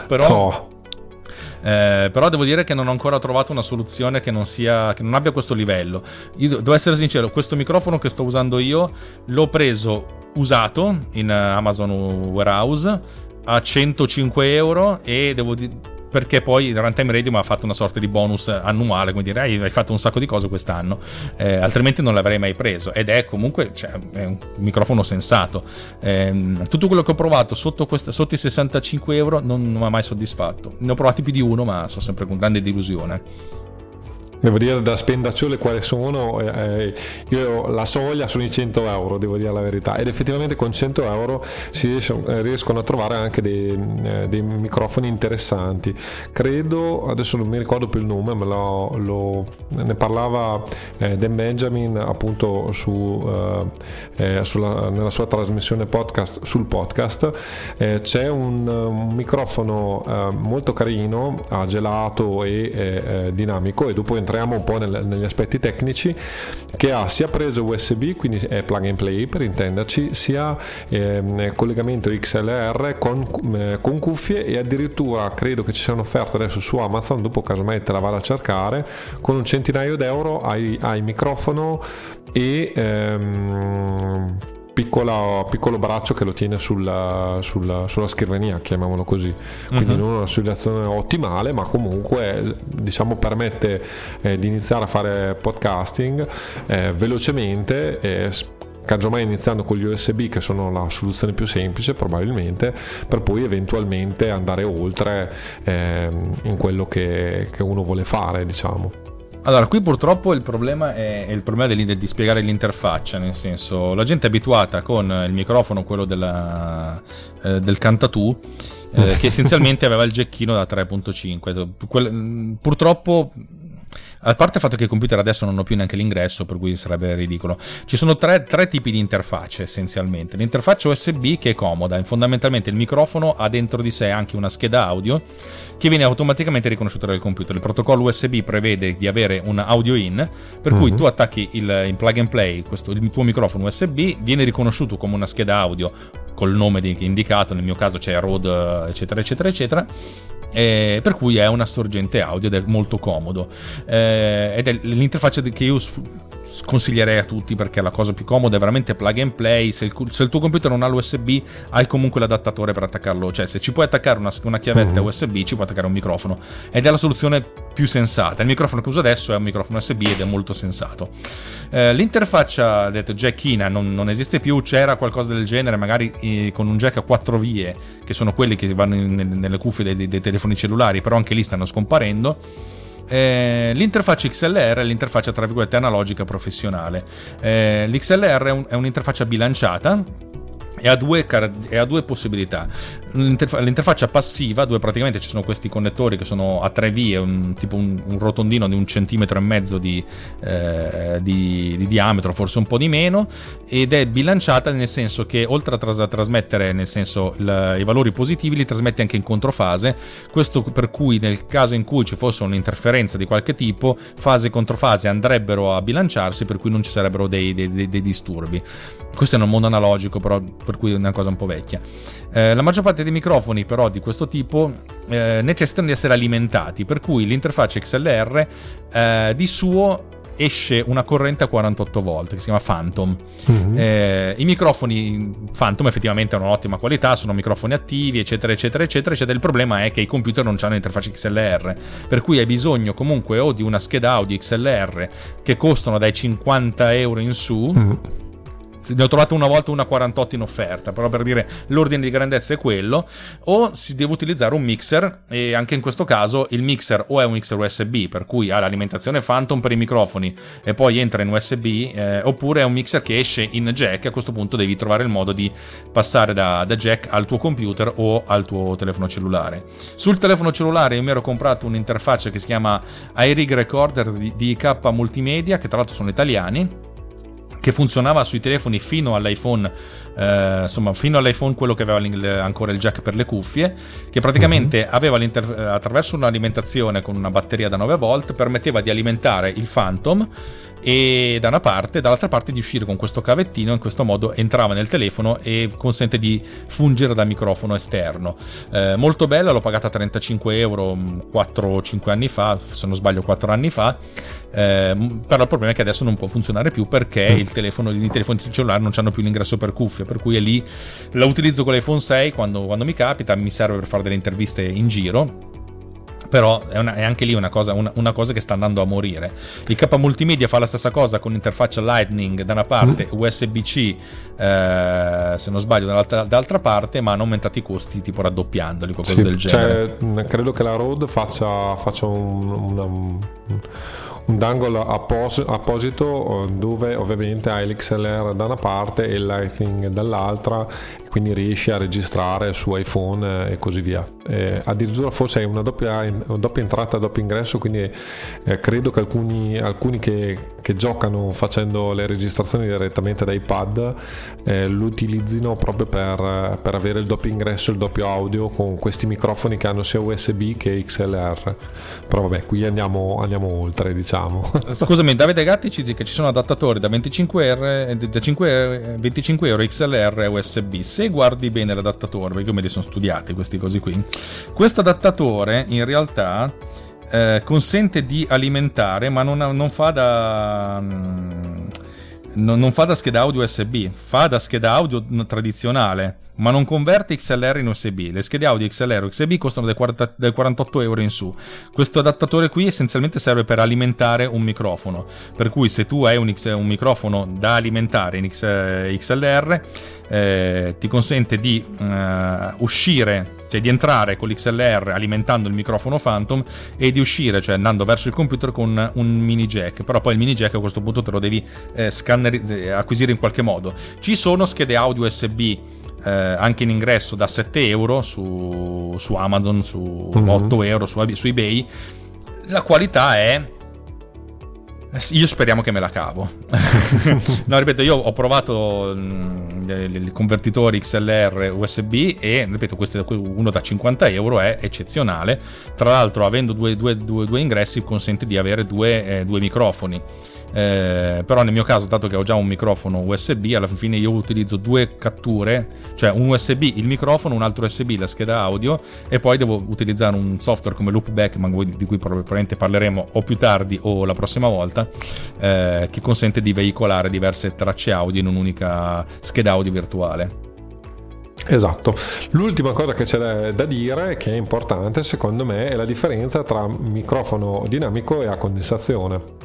Però devo dire che non ho ancora trovato una soluzione che non abbia questo livello. Io devo essere sincero, questo microfono che sto usando io l'ho preso usato in Amazon Warehouse a 105 euro, e devo dire, perché poi il Runtime Radio mi ha fatto una sorta di bonus annuale, come dire, hai fatto un sacco di cose quest'anno, altrimenti non l'avrei mai preso. Ed è comunque, è un microfono sensato. Tutto quello che ho provato sotto i 65 euro non mi ha mai soddisfatto. Ne ho provati più di uno, ma sono sempre con grande delusione. Devo dire, da spendacciole quali sono, io la soglia sono i 100 euro, devo dire la verità, ed effettivamente con 100 euro si riescono a trovare anche dei microfoni interessanti. Credo, adesso non mi ricordo più il nome, ma ne parlava Dan Benjamin, appunto, nella sua trasmissione podcast, sul podcast. C'è un microfono molto carino, gelato e dinamico, e dopo entriamo un po' negli aspetti tecnici, che ha sia presa USB, quindi è plug and play per intenderci, sia collegamento XLR con cuffie, e addirittura credo che ci sia un'offerta adesso su Amazon, dopo casomai te la vado a cercare, con un centinaio d'euro hai microfono e piccolo braccio che lo tiene sulla scrivania, chiamiamolo così. Quindi non una situazione ottimale, ma comunque, diciamo, permette di iniziare a fare podcasting velocemente, casomai iniziando con gli USB, che sono la soluzione più semplice probabilmente, per poi eventualmente andare oltre in quello che uno vuole fare, diciamo. Allora, qui purtroppo il problema è il problema di spiegare l'interfaccia, nel senso, la gente è abituata con il microfono, quello del Cantatù, che essenzialmente aveva il jackino da 3.5. Purtroppo, a parte il fatto che i computer adesso non hanno più neanche l'ingresso, per cui sarebbe ridicolo, ci sono tre tipi di interfacce essenzialmente. L'interfaccia USB, che è comoda, fondamentalmente il microfono ha dentro di sé anche una scheda audio che viene automaticamente riconosciuta dal computer. Il protocollo USB prevede di avere un audio in, per cui tu attacchi in plug and play il tuo microfono USB, viene riconosciuto come una scheda audio col nome indicato, nel mio caso c'è Rode, eccetera eccetera eccetera, per cui è una sorgente audio ed è molto comodo, ed è l'interfaccia che io sconsiglierei a tutti, perché la cosa più comoda è veramente plug and play. Se il tuo computer non ha l'USB, hai comunque l'adattatore per attaccarlo, cioè se ci puoi attaccare una chiavetta USB, ci puoi attaccare un microfono, ed è la soluzione più sensata. Il microfono che uso adesso è un microfono USB ed è molto sensato. L'interfaccia detto jackina non esiste più. C'era qualcosa del genere magari con un jack a 4 vie, che sono quelli che vanno nelle cuffie dei telefoni cellulari, però anche lì stanno scomparendo. L'interfaccia XLR è l'interfaccia tra virgolette analogica professionale. L'XLR è un'interfaccia bilanciata e ha due possibilità. L'interfaccia passiva, dove praticamente ci sono questi connettori che sono a 3 vie, tipo un rotondino di 1,5 centimetri di diametro, forse un po' di meno, ed è bilanciata nel senso che oltre a trasmettere, nel senso, i valori positivi, li trasmette anche in controfase. Questo per cui nel caso in cui ci fosse un'interferenza di qualche tipo, fase e controfase andrebbero a bilanciarsi, per cui non ci sarebbero dei disturbi. Questo è nel mondo analogico, però, per cui è una cosa un po' vecchia. La maggior parte dei microfoni però di questo tipo necessitano di essere alimentati, per cui l'interfaccia XLR di suo esce una corrente a 48 volt che si chiama Phantom. I microfoni Phantom effettivamente hanno un'ottima qualità, sono microfoni attivi, eccetera eccetera eccetera. Il problema è che i computer non hanno interfaccia XLR, per cui hai bisogno comunque o di una scheda audio XLR che costano dai 50 euro in su. Ne ho trovato una volta una 48 in offerta, però per dire l'ordine di grandezza è quello, o si deve utilizzare un mixer, e anche in questo caso il mixer o è un mixer USB, per cui ha l'alimentazione Phantom per i microfoni e poi entra in USB, oppure è un mixer che esce in jack. A questo punto devi trovare il modo di passare da jack al tuo computer o al tuo telefono cellulare. Sul telefono cellulare io mi ero comprato un'interfaccia che si chiama iRig Recorder di IK Multimedia, che tra l'altro sono italiani, che funzionava sui telefoni fino all'iPhone, fino all'iPhone quello che aveva ancora il jack per le cuffie, che praticamente aveva attraverso un'alimentazione con una batteria da 9 volt permetteva di alimentare il Phantom, e da una parte, dall'altra parte di uscire con questo cavettino. In questo modo entrava nel telefono e consente di fungere da microfono esterno. Molto bella, l'ho pagata 35 euro 4-5 anni fa, se non sbaglio 4 anni fa, però il problema è che adesso non può funzionare più, perché i telefoni cellulari non hanno più l'ingresso per cuffia, per cui è lì. La utilizzo con l'iPhone 6 quando mi capita, mi serve per fare delle interviste in giro, però è anche lì una cosa che sta andando a morire. Il K Multimedia fa la stessa cosa con interfaccia Lightning da una parte, USB-C se non sbaglio dall'altra parte, ma hanno aumentato i costi tipo raddoppiandoli, qualcosa del genere. Credo che la Rode faccia un dangle apposito dove ovviamente hai l'XLR da una parte e il Lightning dall'altra, e quindi riesci a registrare su iPhone e così via. Addirittura forse hai una doppia entrata, doppio ingresso, quindi credo che alcuni che giocano facendo le registrazioni direttamente da iPad lo utilizzino proprio per avere il doppio ingresso e il doppio audio con questi microfoni che hanno sia USB che XLR. Però vabbè, qui andiamo oltre, diciamo. Scusami, Davide Gatti ci dice che ci sono adattatori da 25 euro XLR e USB. Se guardi bene l'adattatore, perché io me li sono studiati questi cosi qui, questo adattatore in realtà consente di alimentare, ma non fa da scheda audio USB, fa da scheda audio tradizionale, ma non converte XLR in USB. Le schede audio XLR o USB costano dai 48 euro in su. Questo adattatore qui essenzialmente serve per alimentare un microfono, per cui se tu hai un microfono da alimentare in XLR, ti consente di uscire, cioè di entrare con l'XLR alimentando il microfono Phantom e di uscire, cioè andando verso il computer con un mini jack. Però poi il mini jack a questo punto te lo devi acquisire in qualche modo. Ci sono schede audio USB anche in ingresso da 7 euro su Amazon, su 8 euro su eBay. La qualità è... Io speriamo che me la cavo. No, ripeto, io ho provato i convertitori XLR USB e, ripeto, uno da 50 euro è eccezionale. Tra l'altro, avendo due ingressi, consente di avere due microfoni. Però nel mio caso, dato che ho già un microfono USB, alla fine io utilizzo due catture, cioè un USB il microfono, un altro USB la scheda audio, e poi devo utilizzare un software come Loopback, ma di cui probabilmente parleremo o più tardi o la prossima volta, che consente di veicolare diverse tracce audio in un'unica scheda audio virtuale. Esatto. L'ultima cosa che c'è da dire, che è importante secondo me, è la differenza tra microfono dinamico e a condensazione.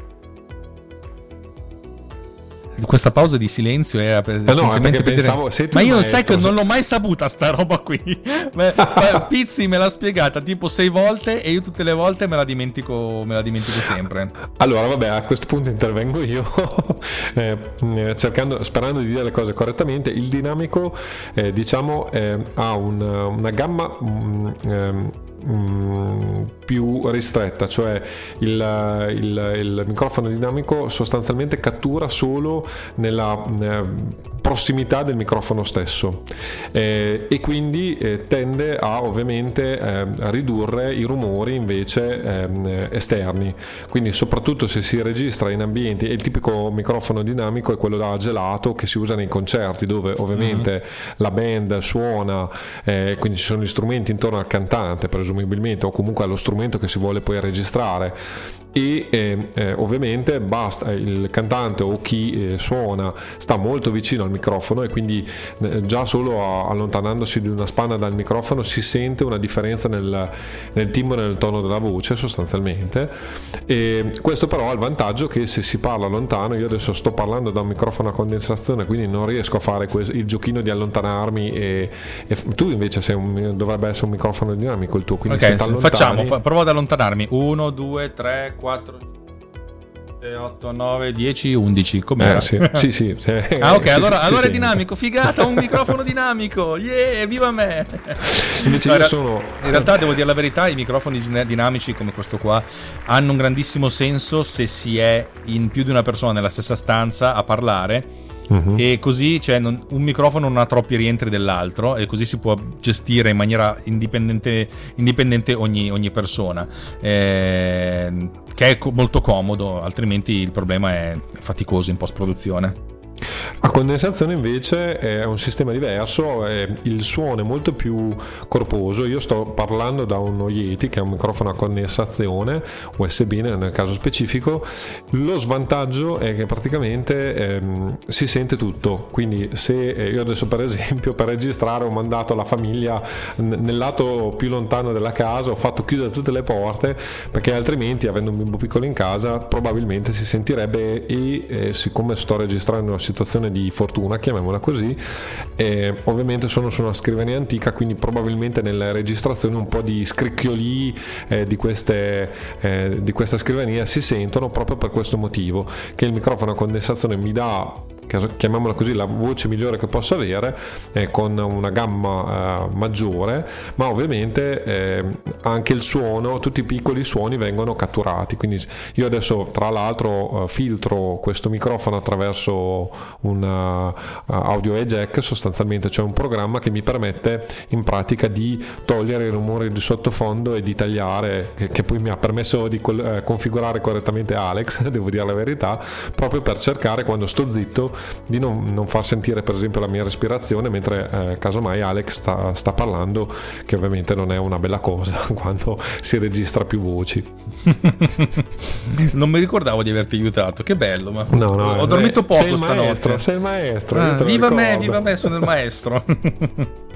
Questa pausa di silenzio era essenzialmente per dire, ma io sai che non l'ho mai saputa sta roba qui. Pizzi me l'ha spiegata tipo 6 volte e io tutte le volte me la dimentico sempre. Allora vabbè, a questo punto intervengo io sperando di dire le cose correttamente. Il dinamico ha una gamma più ristretta, cioè il microfono dinamico sostanzialmente cattura solo nella prossimità del microfono stesso e quindi tende a ovviamente a ridurre i rumori invece esterni. Quindi soprattutto se si registra in ambienti, il tipico microfono dinamico è quello da gelato che si usa nei concerti, dove ovviamente la band suona, quindi ci sono gli strumenti intorno al cantante presumibilmente, o comunque allo strumento che si vuole poi registrare, e ovviamente basta il cantante o chi suona sta molto vicino al microfono, e quindi già solo allontanandosi di una spanna dal microfono si sente una differenza nel timbro e nel tono della voce sostanzialmente. E questo però ha il vantaggio che se si parla lontano, io adesso sto parlando da un microfono a condensazione, quindi non riesco a fare il giochino di allontanarmi, e tu invece dovrebbe essere un microfono dinamico il tuo, quindi ok, provo ad allontanarmi. 1, 2, 3, 4 8, 9, 10, 11. Com'era? Sì. Ah, ok, allora è dinamico, figata, un microfono dinamico, yeah, viva me! Invece in realtà devo dire la verità, i microfoni dinamici come questo qua hanno un grandissimo senso se si è in più di una persona nella stessa stanza a parlare. E così un microfono non ha troppi rientri dell'altro, e così si può gestire in maniera indipendente ogni persona, che è molto comodo, altrimenti il problema è faticoso in post-produzione. A condensazione invece è un sistema diverso, il suono è molto più corposo. Io sto parlando da uno Yeti, che è un microfono a condensazione USB nel caso specifico. Lo svantaggio è che praticamente si sente tutto, quindi se io adesso per esempio per registrare ho mandato la famiglia nel lato più lontano della casa, ho fatto chiudere tutte le porte perché altrimenti, avendo un bimbo piccolo in casa, probabilmente si sentirebbe, e siccome sto registrando una situazione di fortuna, chiamiamola così, ovviamente sono su una scrivania antica, quindi probabilmente nelle registrazioni un po' di scricchioli di questa scrivania si sentono, proprio per questo motivo, che il microfono a condensazione mi dà, chiamiamola così, la voce migliore che posso avere, con una gamma maggiore, ma ovviamente anche il suono, tutti i piccoli suoni vengono catturati. Quindi io adesso tra l'altro filtro questo microfono attraverso un audio jack, sostanzialmente, cioè un programma che mi permette in pratica di togliere i rumori di sottofondo e di tagliare, che poi mi ha permesso di configurare correttamente Alex, devo dire la verità, proprio per cercare, quando sto zitto, di non far sentire per esempio la mia respirazione mentre casomai Alex sta parlando, che ovviamente non è una bella cosa quando si registra più voci. Non mi ricordavo di averti aiutato, che bello, ma ho dormito poco stanotte. Sei il maestro, viva me, sono il maestro.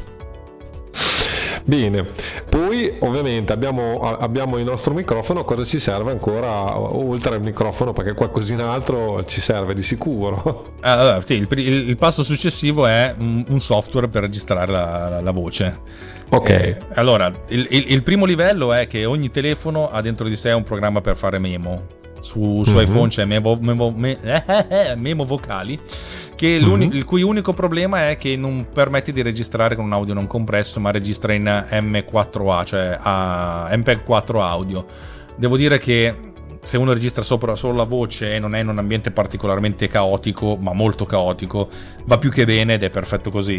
Bene, poi ovviamente abbiamo il nostro microfono. Cosa ci serve ancora oltre al microfono? Perché qualcosina altro ci serve di sicuro. Allora, sì, il passo successivo è un software per registrare la voce. Ok. Allora, il primo livello è che ogni telefono ha dentro di sé un programma per fare memo. Su iPhone c'è memo vocali, che il cui unico problema è che non permette di registrare con un audio non compresso, ma registra in M4A, cioè MP4 audio. Devo dire che se uno registra solo la voce e non è in un ambiente particolarmente caotico, ma molto caotico, va più che bene ed è perfetto così.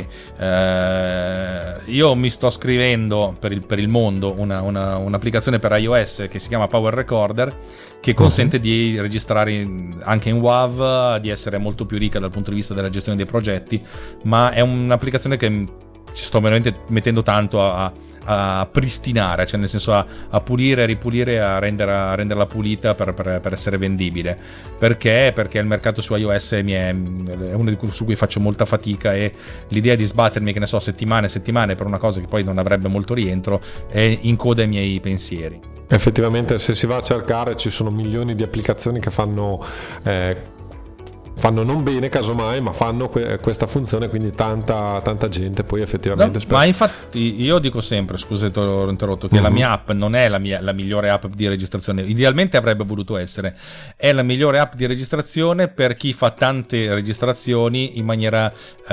Io mi sto scrivendo per il mondo un'applicazione per iOS che si chiama Power Recorder, che consente di registrare anche in WAV, di essere molto più ricca dal punto di vista della gestione dei progetti, ma è un'applicazione che ci sto veramente mettendo tanto a pristinare, cioè nel senso a pulire, ripulire, a renderla pulita per essere vendibile. Perché il mercato su iOS è uno su cui faccio molta fatica, e l'idea di sbattermi, che ne so, settimane per una cosa che poi non avrebbe molto rientro è in coda ai miei pensieri. Effettivamente, se si va a cercare, ci sono milioni di applicazioni che fanno non bene, casomai, ma fanno questa funzione, quindi tanta gente poi effettivamente ma infatti io dico sempre, scusa ti ho interrotto, che la mia app non è la migliore app di registrazione. Idealmente avrebbe voluto essere, è la migliore app di registrazione per chi fa tante registrazioni in maniera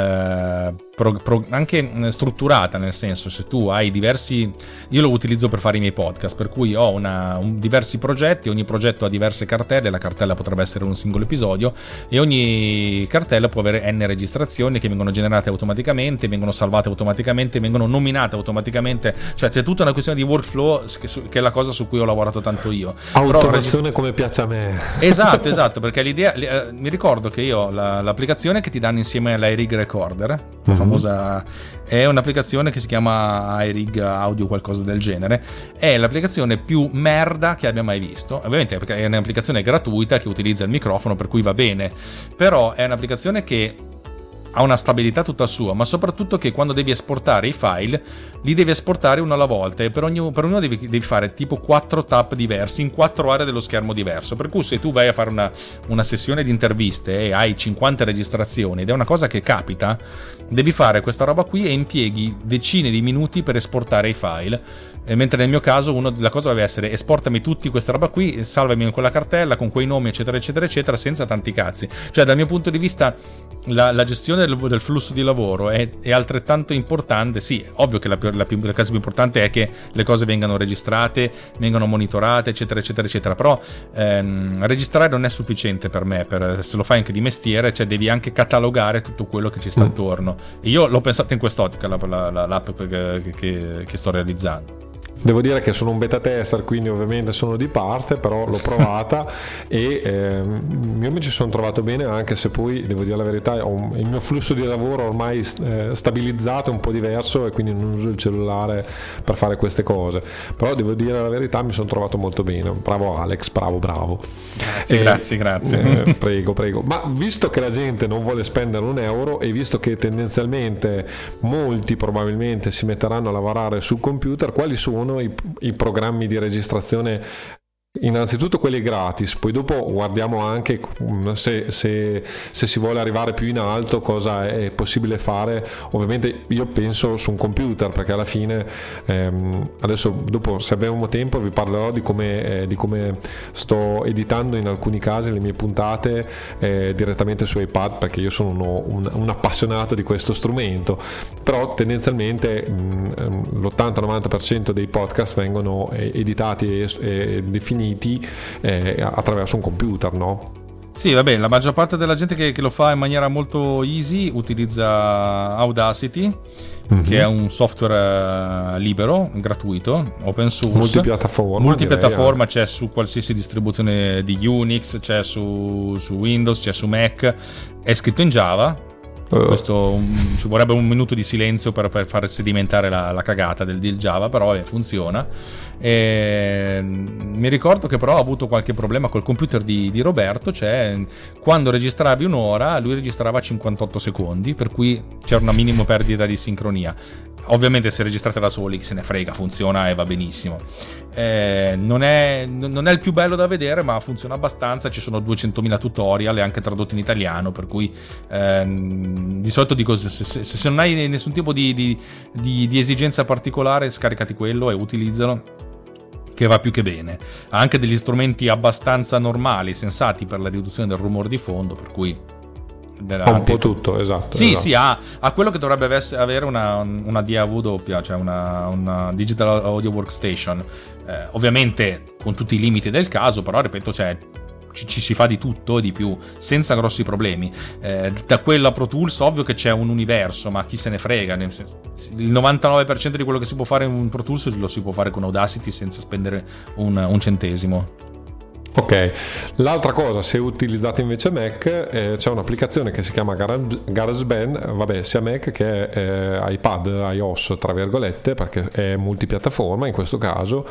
anche strutturata, nel senso, se tu hai io lo utilizzo per fare i miei podcast, per cui ho diversi progetti, ogni progetto ha diverse cartelle, la cartella potrebbe essere un singolo episodio e ogni cartella può avere n registrazioni che vengono generate automaticamente, vengono salvate automaticamente, vengono nominate automaticamente, cioè c'è tutta una questione di workflow che è la cosa su cui ho lavorato tanto io. Automazione come piace a me. Esatto, perché l'idea, mi ricordo che io l'applicazione che ti danno insieme all'iRig Recorder, famosa, è un'applicazione che si chiama iRig Audio, qualcosa del genere, è l'applicazione più merda che abbia mai visto, ovviamente perché è un'applicazione gratuita che utilizza il microfono, per cui va bene, però è un'applicazione che ha una stabilità tutta sua, ma soprattutto che quando devi esportare i file li devi esportare uno alla volta, e per ognuno devi fare tipo 4 tap diversi in 4 aree dello schermo diverso, per cui se tu vai a fare una sessione di interviste e hai 50 registrazioni, ed è una cosa che capita, devi fare questa roba qui e impieghi decine di minuti per esportare i file. Mentre nel mio caso la cosa deve essere: esportami tutti questa roba qui, salvami in quella cartella con quei nomi eccetera eccetera eccetera, senza tanti cazzi. Cioè dal mio punto di vista la gestione del flusso di lavoro è altrettanto importante. Sì, ovvio che la cosa più importante è che le cose vengano registrate, vengano monitorate eccetera eccetera eccetera, però registrare non è sufficiente per me, se lo fai anche di mestiere, cioè devi anche catalogare tutto quello che ci sta attorno, e io l'ho pensata in quest'ottica l'app che sto realizzando. Devo dire che sono un beta tester, quindi ovviamente sono di parte, però l'ho provata e io mi ci sono trovato bene, anche se poi devo dire la verità, il mio flusso di lavoro ormai stabilizzato, è un po' diverso, e quindi non uso il cellulare per fare queste cose, però devo dire la verità, mi sono trovato molto bene. Bravo Alex, bravo. Grazie. Prego. Ma visto che la gente non vuole spendere un euro, e visto che tendenzialmente molti probabilmente si metteranno a lavorare sul computer, quali sono i programmi di registrazione? Innanzitutto quelli gratis, poi dopo guardiamo anche se si vuole arrivare più in alto cosa è possibile fare. Ovviamente io penso su un computer, perché alla fine adesso dopo, se abbiamo tempo, vi parlerò di come sto editando in alcuni casi le mie puntate direttamente su iPad, perché io sono un appassionato di questo strumento. Però tendenzialmente l'80-90% dei podcast vengono editati e definiti attraverso un computer, no? Sì, vabbè, la maggior parte della gente che lo fa in maniera molto easy utilizza Audacity, che è un software libero, gratuito, open source, multipiattaforma, c'è su qualsiasi distribuzione di Unix, c'è su Windows, c'è su Mac, è scritto in Java. Questo ci vorrebbe un minuto di silenzio per far sedimentare la cagata del Java, però funziona. Mi ricordo che però ho avuto qualche problema col computer di Roberto, cioè quando registravi un'ora lui registrava 58 secondi, per cui c'era una minima perdita di sincronia. ovviamente se registrate da soli chi se ne frega, funziona e va benissimo. Non è il più bello da vedere, ma funziona abbastanza. Ci sono 200.000 tutorial e anche tradotto in italiano, per cui di solito dico, se non hai nessun tipo di esigenza particolare, scaricati quello e utilizzalo, che va più che bene. Ha anche degli strumenti abbastanza normali, sensati per la riduzione del rumore di fondo, per cui un po' tutto, esatto. Sì, esatto. sì, ha quello che dovrebbe avere una DAW doppia, cioè una Digital Audio Workstation, ovviamente con tutti i limiti del caso, però ripeto, cioè ci si fa di tutto e di più senza grossi problemi. Da quello a Pro Tools ovvio che c'è un universo, ma chi se ne frega, nel senso, il 99% di quello che si può fare in Pro Tools lo si può fare con Audacity senza spendere un centesimo. Ok, l'altra cosa, se utilizzate invece Mac, c'è un'applicazione che si chiama GarageBand, vabbè, sia Mac che iPad, iOS tra virgolette, perché è multipiattaforma in questo caso,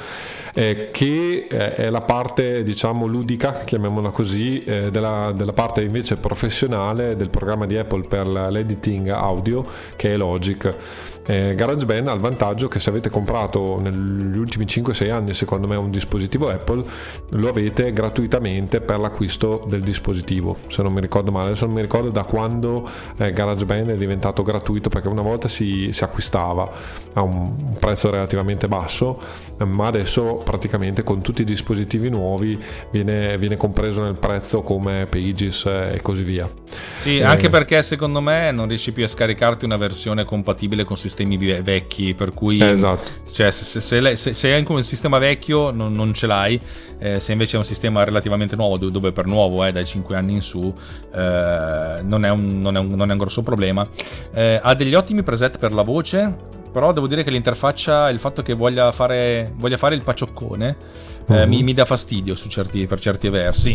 che è la parte, diciamo, ludica, chiamiamola così, della parte invece professionale del programma di Apple per l'editing audio, che è Logic. GarageBand ha il vantaggio che se avete comprato negli ultimi 5-6 anni, secondo me, un dispositivo Apple, lo avete gratuitamente per l'acquisto del dispositivo, se non mi ricordo male. Adesso non mi ricordo da quando GarageBand è diventato gratuito, perché una volta si acquistava a un prezzo relativamente basso, ma adesso praticamente con tutti i dispositivi nuovi viene compreso nel prezzo, come Pages e così via. Sì, anche perché secondo me non riesci più a scaricarti una versione compatibile con sistemi vecchi, per cui esatto. Cioè, se hai un sistema vecchio non ce l'hai, se invece è un sistema relativamente nuovo, dove per nuovo dai 5 anni in su, non è un grosso problema. Ha degli ottimi preset per la voce, però devo dire che l'interfaccia, il fatto che voglia fare il pacioccone, mi dà fastidio per certi versi.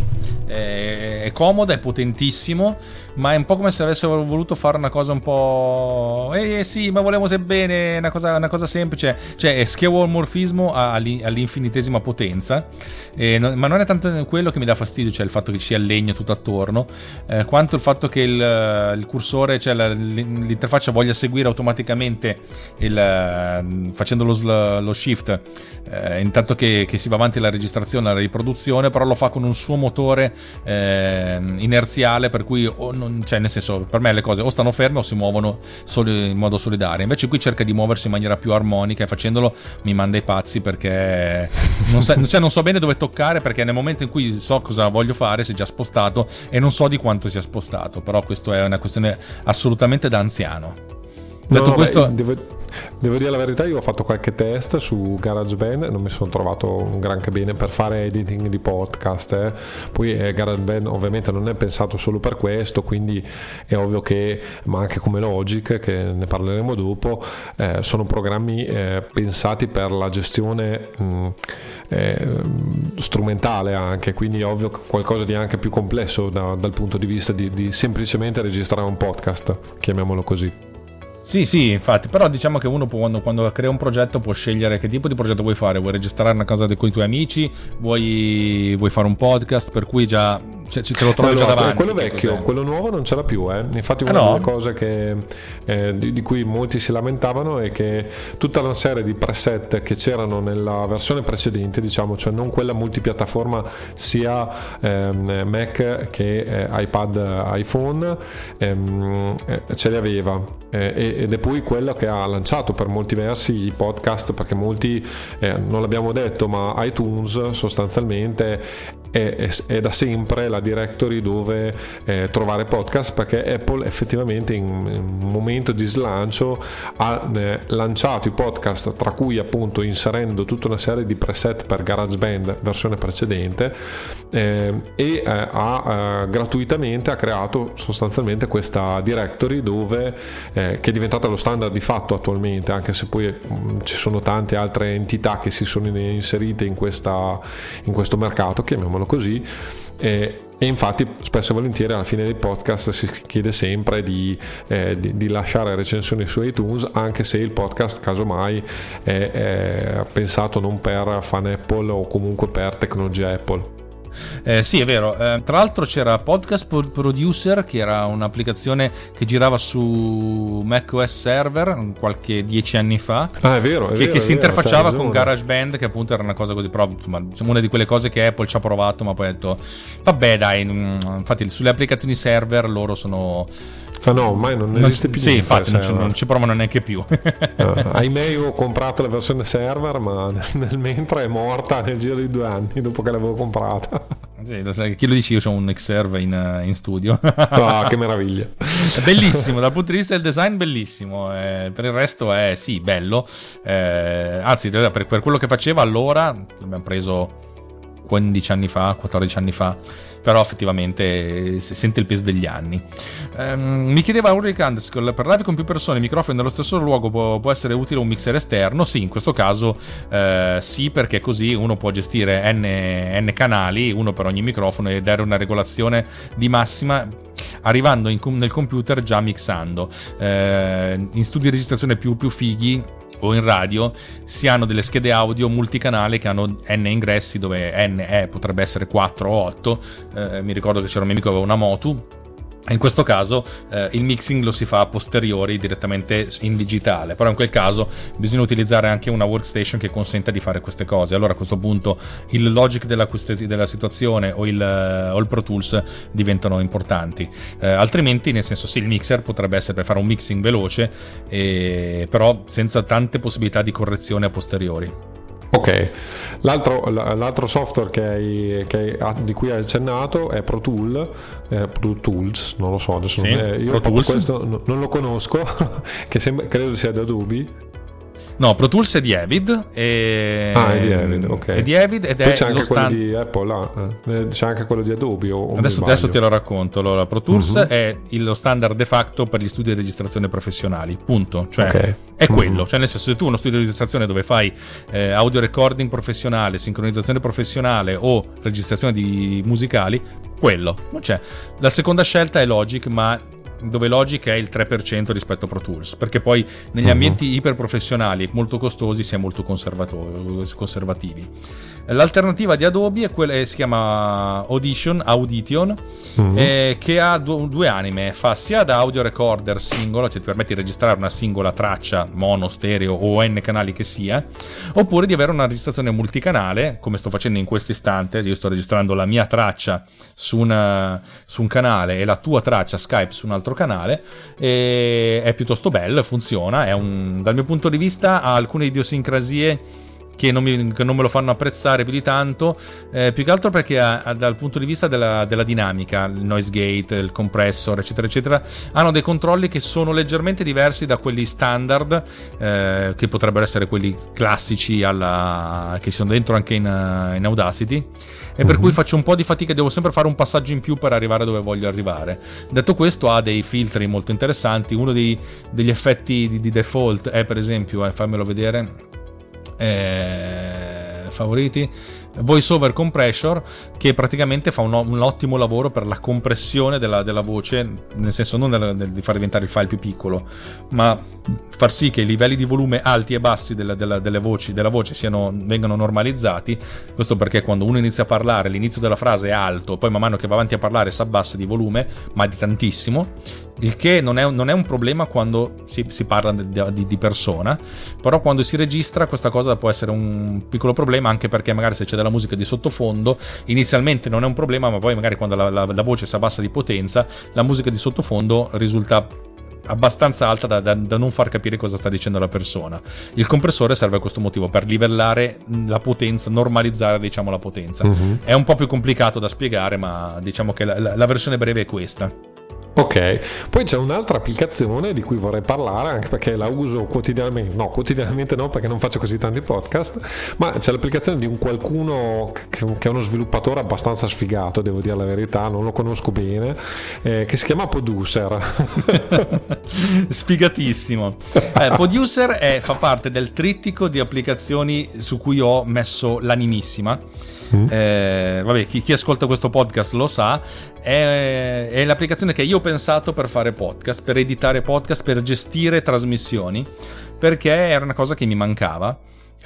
È comoda, è potentissimo, ma è un po' come se avessero voluto fare una cosa un po' sì, ma volevo sebbene una cosa semplice, cioè è skeuomorfismo all'infinitesima potenza, ma non è tanto quello che mi dà fastidio, cioè il fatto che ci sia il legno tutto attorno, quanto il fatto che il cursore, cioè l'interfaccia voglia seguire automaticamente facendo lo shift, intanto che si va avanti la registrazione, la riproduzione, però lo fa con un suo motore inerziale, per cui cioè, nel senso, per me le cose o stanno ferme o si muovono solo in modo solidale. Invece qui cerca di muoversi in maniera più armonica, e facendolo mi manda i pazzi, perché non so bene dove toccare, perché nel momento in cui so cosa voglio fare si è già spostato e non so di quanto sia spostato. Però questo è una questione assolutamente da anziano. Detto questo, devo dire la verità, io ho fatto qualche test su GarageBand, non mi sono trovato un granché bene per fare editing di podcast. Poi GarageBand ovviamente non è pensato solo per questo, quindi è ovvio che, ma anche come Logic, che ne parleremo dopo, sono programmi pensati per la gestione strumentale anche, quindi è ovvio che qualcosa di anche più complesso dal punto di vista di semplicemente registrare un podcast, chiamiamolo così. Sì, infatti, però diciamo che uno può, quando crea un progetto, può scegliere che tipo di progetto vuoi fare. Vuoi registrare una cosa con i tuoi amici, vuoi fare un podcast, per cui già te lo trovi già davanti. Quello vecchio, quello nuovo non ce l'ha più, infatti una delle cose di cui molti si lamentavano è che tutta una serie di preset che c'erano nella versione precedente, diciamo, cioè non quella multipiattaforma sia Mac che iPad, iPhone, ce li aveva, ed è poi quello che ha lanciato per molti versi i podcast, perché molti non l'abbiamo detto, ma iTunes sostanzialmente è da sempre la directory dove trovare podcast, perché Apple effettivamente in un momento di slancio ha lanciato i podcast, tra cui appunto inserendo tutta una serie di preset per GarageBand versione precedente, e gratuitamente ha creato sostanzialmente questa directory dove che è diventata lo standard di fatto attualmente, anche se poi ci sono tante altre entità che si sono inserite in questo mercato, chiamiamolo così, e infatti spesso e volentieri alla fine dei podcast si chiede sempre di lasciare recensioni su iTunes, anche se il podcast casomai è pensato non per fan Apple o comunque per tecnologia Apple. Sì, è vero. Tra l'altro c'era Podcast Producer, che era un'applicazione che girava su macOS Server qualche 10 anni fa. È vero, che si interfacciava con GarageBand, che appunto era una cosa così, però insomma, una di quelle cose che Apple ci ha provato, ma poi ha detto vabbè dai, infatti sulle applicazioni server loro sono... no, ormai non esiste più. Sì, infatti non ci provano neanche più. Ahimè, ho comprato la versione server, ma nel mentre è morta nel giro di 2 anni dopo che l'avevo comprata. Sì, chi lo dice, io ho un Xserve in studio. Che meraviglia. È bellissimo, dal punto di vista del design bellissimo, per il resto è sì, bello, anzi per quello che faceva allora, l'abbiamo preso 15 anni fa, 14 anni fa, però effettivamente si sente il peso degli anni. Mi chiedeva Ulrich Underscore, per live con più persone, microfoni nello stesso luogo può essere utile un mixer esterno? Sì, in questo caso sì, perché così uno può gestire n canali, uno per ogni microfono, e dare una regolazione di massima arrivando nel computer già mixando. In studi di registrazione più fighi o in radio si hanno delle schede audio multicanale che hanno n ingressi, dove n potrebbe essere 4 o 8. Mi ricordo che c'era un mio amico che aveva una Motu, e in questo caso il mixing lo si fa a posteriori direttamente in digitale, però in quel caso bisogna utilizzare anche una workstation che consenta di fare queste cose. Allora a questo punto il Logic della situazione o il Pro Tools diventano importanti, altrimenti, nel senso, sì, il mixer potrebbe essere per fare un mixing veloce, però senza tante possibilità di correzione a posteriori. Ok, l'altro software di cui hai accennato è Pro Tools, non lo so adesso, sì, io questo non lo conosco, che credo sia da Adobe. No, Pro Tools è di Avid. È di Avid, ok. È di Avid ed poi è c'è anche lo quello di Apple, c'è anche quello di Adobe. Adesso te lo racconto. Allora, Pro Tools è lo standard de facto per gli studi di registrazione professionali, punto. Cioè, è quello. Cioè, nel senso, se tu uno studio di registrazione dove fai audio recording professionale, sincronizzazione professionale o registrazione di musicali, quello. Non c'è. La seconda scelta è Logic, ma dove Logic è il 3% rispetto a Pro Tools, perché poi negli ambienti iperprofessionali molto costosi si è molto conservativi. L'alternativa di Adobe è quella si chiama Audition, che ha due anime, fa sia da audio recorder singolo, cioè ti permette di registrare una singola traccia mono, stereo o n canali che sia, oppure di avere una registrazione multicanale, come sto facendo in questo istante. Io sto registrando la mia traccia su un canale e la tua traccia Skype su un altro canale, e è piuttosto bello, funziona, dal mio punto di vista ha alcune idiosincrasie che non me lo fanno apprezzare più di tanto, più che altro perché dal punto di vista della dinamica, il noise gate, il compressor, eccetera eccetera, hanno dei controlli che sono leggermente diversi da quelli standard, che potrebbero essere quelli classici che sono dentro anche in Audacity, e per cui faccio un po' di fatica, devo sempre fare un passaggio in più per arrivare dove voglio arrivare. Detto questo, ha dei filtri molto interessanti. Uno degli effetti di default è, per esempio, fammelo vedere, favoriti, voice over compressor, che praticamente fa un ottimo lavoro per la compressione della voce, nel senso non di far diventare il file più piccolo, ma far sì che i livelli di volume alti e bassi della voce vengano normalizzati. Questo perché quando uno inizia a parlare, l'inizio della frase è alto, poi man mano che va avanti a parlare si abbassa di volume, ma di tantissimo, il che non è un problema quando si parla di persona, però quando si registra questa cosa può essere un piccolo problema, anche perché magari se c'è della musica di sottofondo inizialmente non è un problema, ma poi magari quando la voce si abbassa di potenza, la musica di sottofondo risulta abbastanza alta da non far capire cosa sta dicendo la persona. Il compressore serve a questo motivo, per livellare la potenza, normalizzare, diciamo, la potenza. È un po' più complicato da spiegare, ma diciamo che la versione breve è questa. Ok, poi c'è un'altra applicazione di cui vorrei parlare, anche perché la uso quotidianamente no, perché non faccio così tanti podcast, ma c'è l'applicazione di un qualcuno che è uno sviluppatore abbastanza sfigato, devo dire la verità, non lo conosco bene, che si chiama Producer. Sfigatissimo. Producer fa parte del trittico di applicazioni su cui ho messo l'animissima. Vabbè, chi ascolta questo podcast lo sa, è l'applicazione che io ho pensato per fare podcast, per editare podcast, per gestire trasmissioni, perché era una cosa che mi mancava.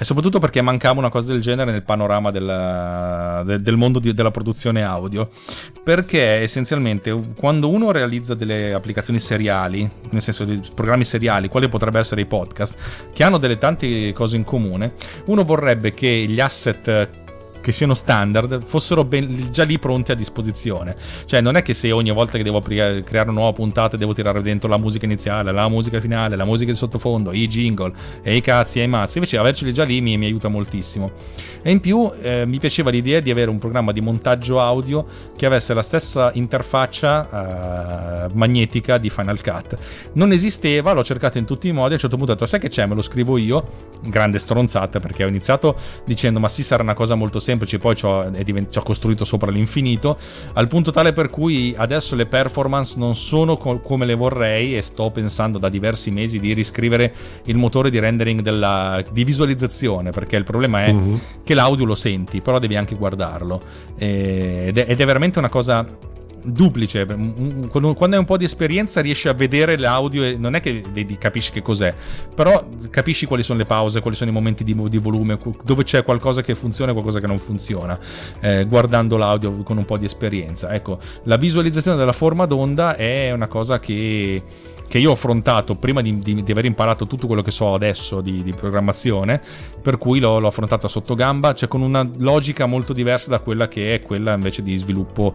E soprattutto perché mancava una cosa del genere nel panorama del mondo della produzione audio, perché essenzialmente quando uno realizza delle applicazioni seriali, nel senso di programmi seriali, quali potrebbe essere i podcast, che hanno delle tante cose in comune, uno vorrebbe che gli asset che siano standard fossero già lì pronti a disposizione. Cioè non è che se ogni volta che devo creare una nuova puntata devo tirare dentro la musica iniziale, la musica finale, la musica di sottofondo, i jingle e i cazzi e i mazzi. Invece averceli già lì mi aiuta moltissimo. E in più mi piaceva l'idea di avere un programma di montaggio audio che avesse la stessa interfaccia magnetica di Final Cut. Non esisteva, l'ho cercato in tutti i modi, a un certo punto ho detto sai che c'è, me lo scrivo io. Grande stronzata, perché ho iniziato dicendo ma sì, sarà una cosa molto semplice, poi ci ho costruito sopra l'infinito, al punto tale per cui adesso le performance non sono come le vorrei, e sto pensando da diversi mesi di riscrivere il motore di rendering di visualizzazione, perché il problema è che l'audio lo senti, però devi anche guardarlo, ed è veramente una cosa duplice. Quando hai un po' di esperienza riesci a vedere l'audio e non è che capisci che cos'è, però capisci quali sono le pause, quali sono i momenti di volume, dove c'è qualcosa che funziona e qualcosa che non funziona, guardando l'audio con un po' di esperienza. Ecco, la visualizzazione della forma d'onda è una cosa che io ho affrontato prima di aver imparato tutto quello che so adesso di programmazione, per cui l'ho affrontata sotto gamba, cioè con una logica molto diversa da quella che è quella invece di sviluppo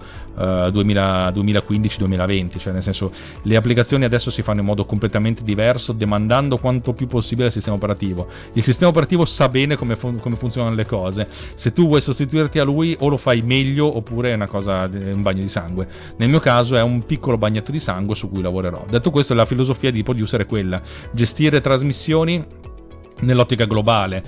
2015-2020, cioè nel senso le applicazioni adesso si fanno in modo completamente diverso, demandando quanto più possibile al sistema operativo. Il sistema operativo sa bene come funzionano le cose, se tu vuoi sostituirti a lui o lo fai meglio oppure è un bagno di sangue. Nel mio caso è un piccolo bagnetto di sangue su cui lavorerò. Detto questo, la filosofia di producer è quella: gestire trasmissioni nell'ottica globale,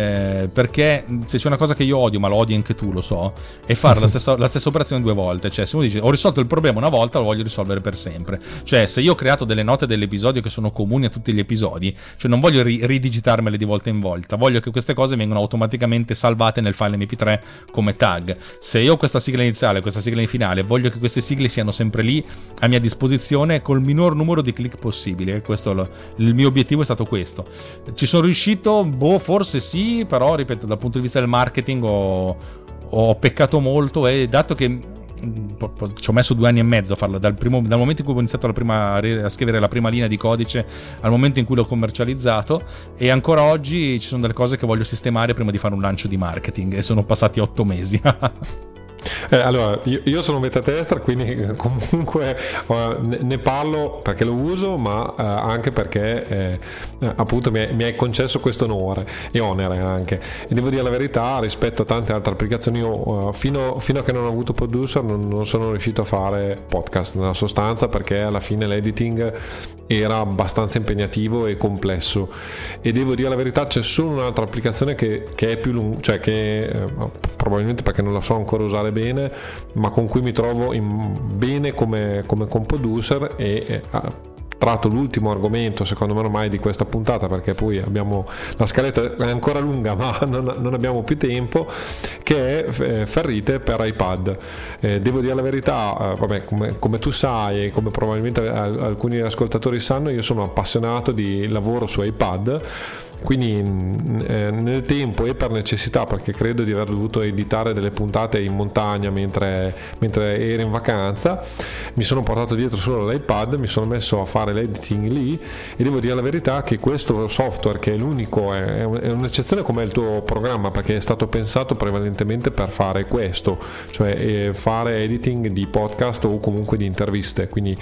perché se c'è una cosa che io odio, ma lo odi anche tu, lo so, è fare la stessa operazione due volte. Cioè se uno dice ho risolto il problema una volta, lo voglio risolvere per sempre. Cioè se io ho creato delle note dell'episodio che sono comuni a tutti gli episodi, cioè non voglio ridigitarmele di volta in volta, voglio che queste cose vengano automaticamente salvate nel file mp3 come tag. Se io ho questa sigla iniziale, questa sigla finale, voglio che queste sigle siano sempre lì a mia disposizione col minor numero di click possibile. Questo il mio obiettivo è stato questo. Ci sono riuscito? Forse sì, però ripeto, dal punto di vista del marketing ho peccato molto, e dato che ci ho messo 2 anni e mezzo a farlo, dal momento in cui ho iniziato a scrivere la prima linea di codice al momento in cui l'ho commercializzato, e ancora oggi ci sono delle cose che voglio sistemare prima di fare un lancio di marketing, e sono passati 8 mesi. Allora, io sono un beta tester, quindi comunque ne parlo perché lo uso, ma anche perché appunto mi hai concesso questo onore e onere anche. E devo dire la verità, rispetto a tante altre applicazioni, io fino a che non ho avuto producer non sono riuscito a fare podcast nella sostanza, perché alla fine l'editing era abbastanza impegnativo e complesso. E devo dire la verità, c'è solo un'altra applicazione che è più lunga, cioè che probabilmente perché non la so ancora usare bene, ma con cui mi trovo bene come producer, e tratto l'ultimo argomento secondo me ormai di questa puntata, perché poi abbiamo la scaletta è ancora lunga ma non abbiamo più tempo, che è ferrite per iPad. Devo dire la verità, vabbè, come tu sai e come probabilmente alcuni ascoltatori sanno, io sono appassionato di lavoro su iPad, quindi nel tempo e per necessità, perché credo di aver dovuto editare delle puntate in montagna mentre ero in vacanza, mi sono portato dietro solo l'iPad, mi sono messo a fare l'editing lì, e devo dire la verità che questo software, che è l'unico, è un'eccezione come il tuo programma, perché è stato pensato prevalentemente per fare questo, cioè fare editing di podcast o comunque di interviste, quindi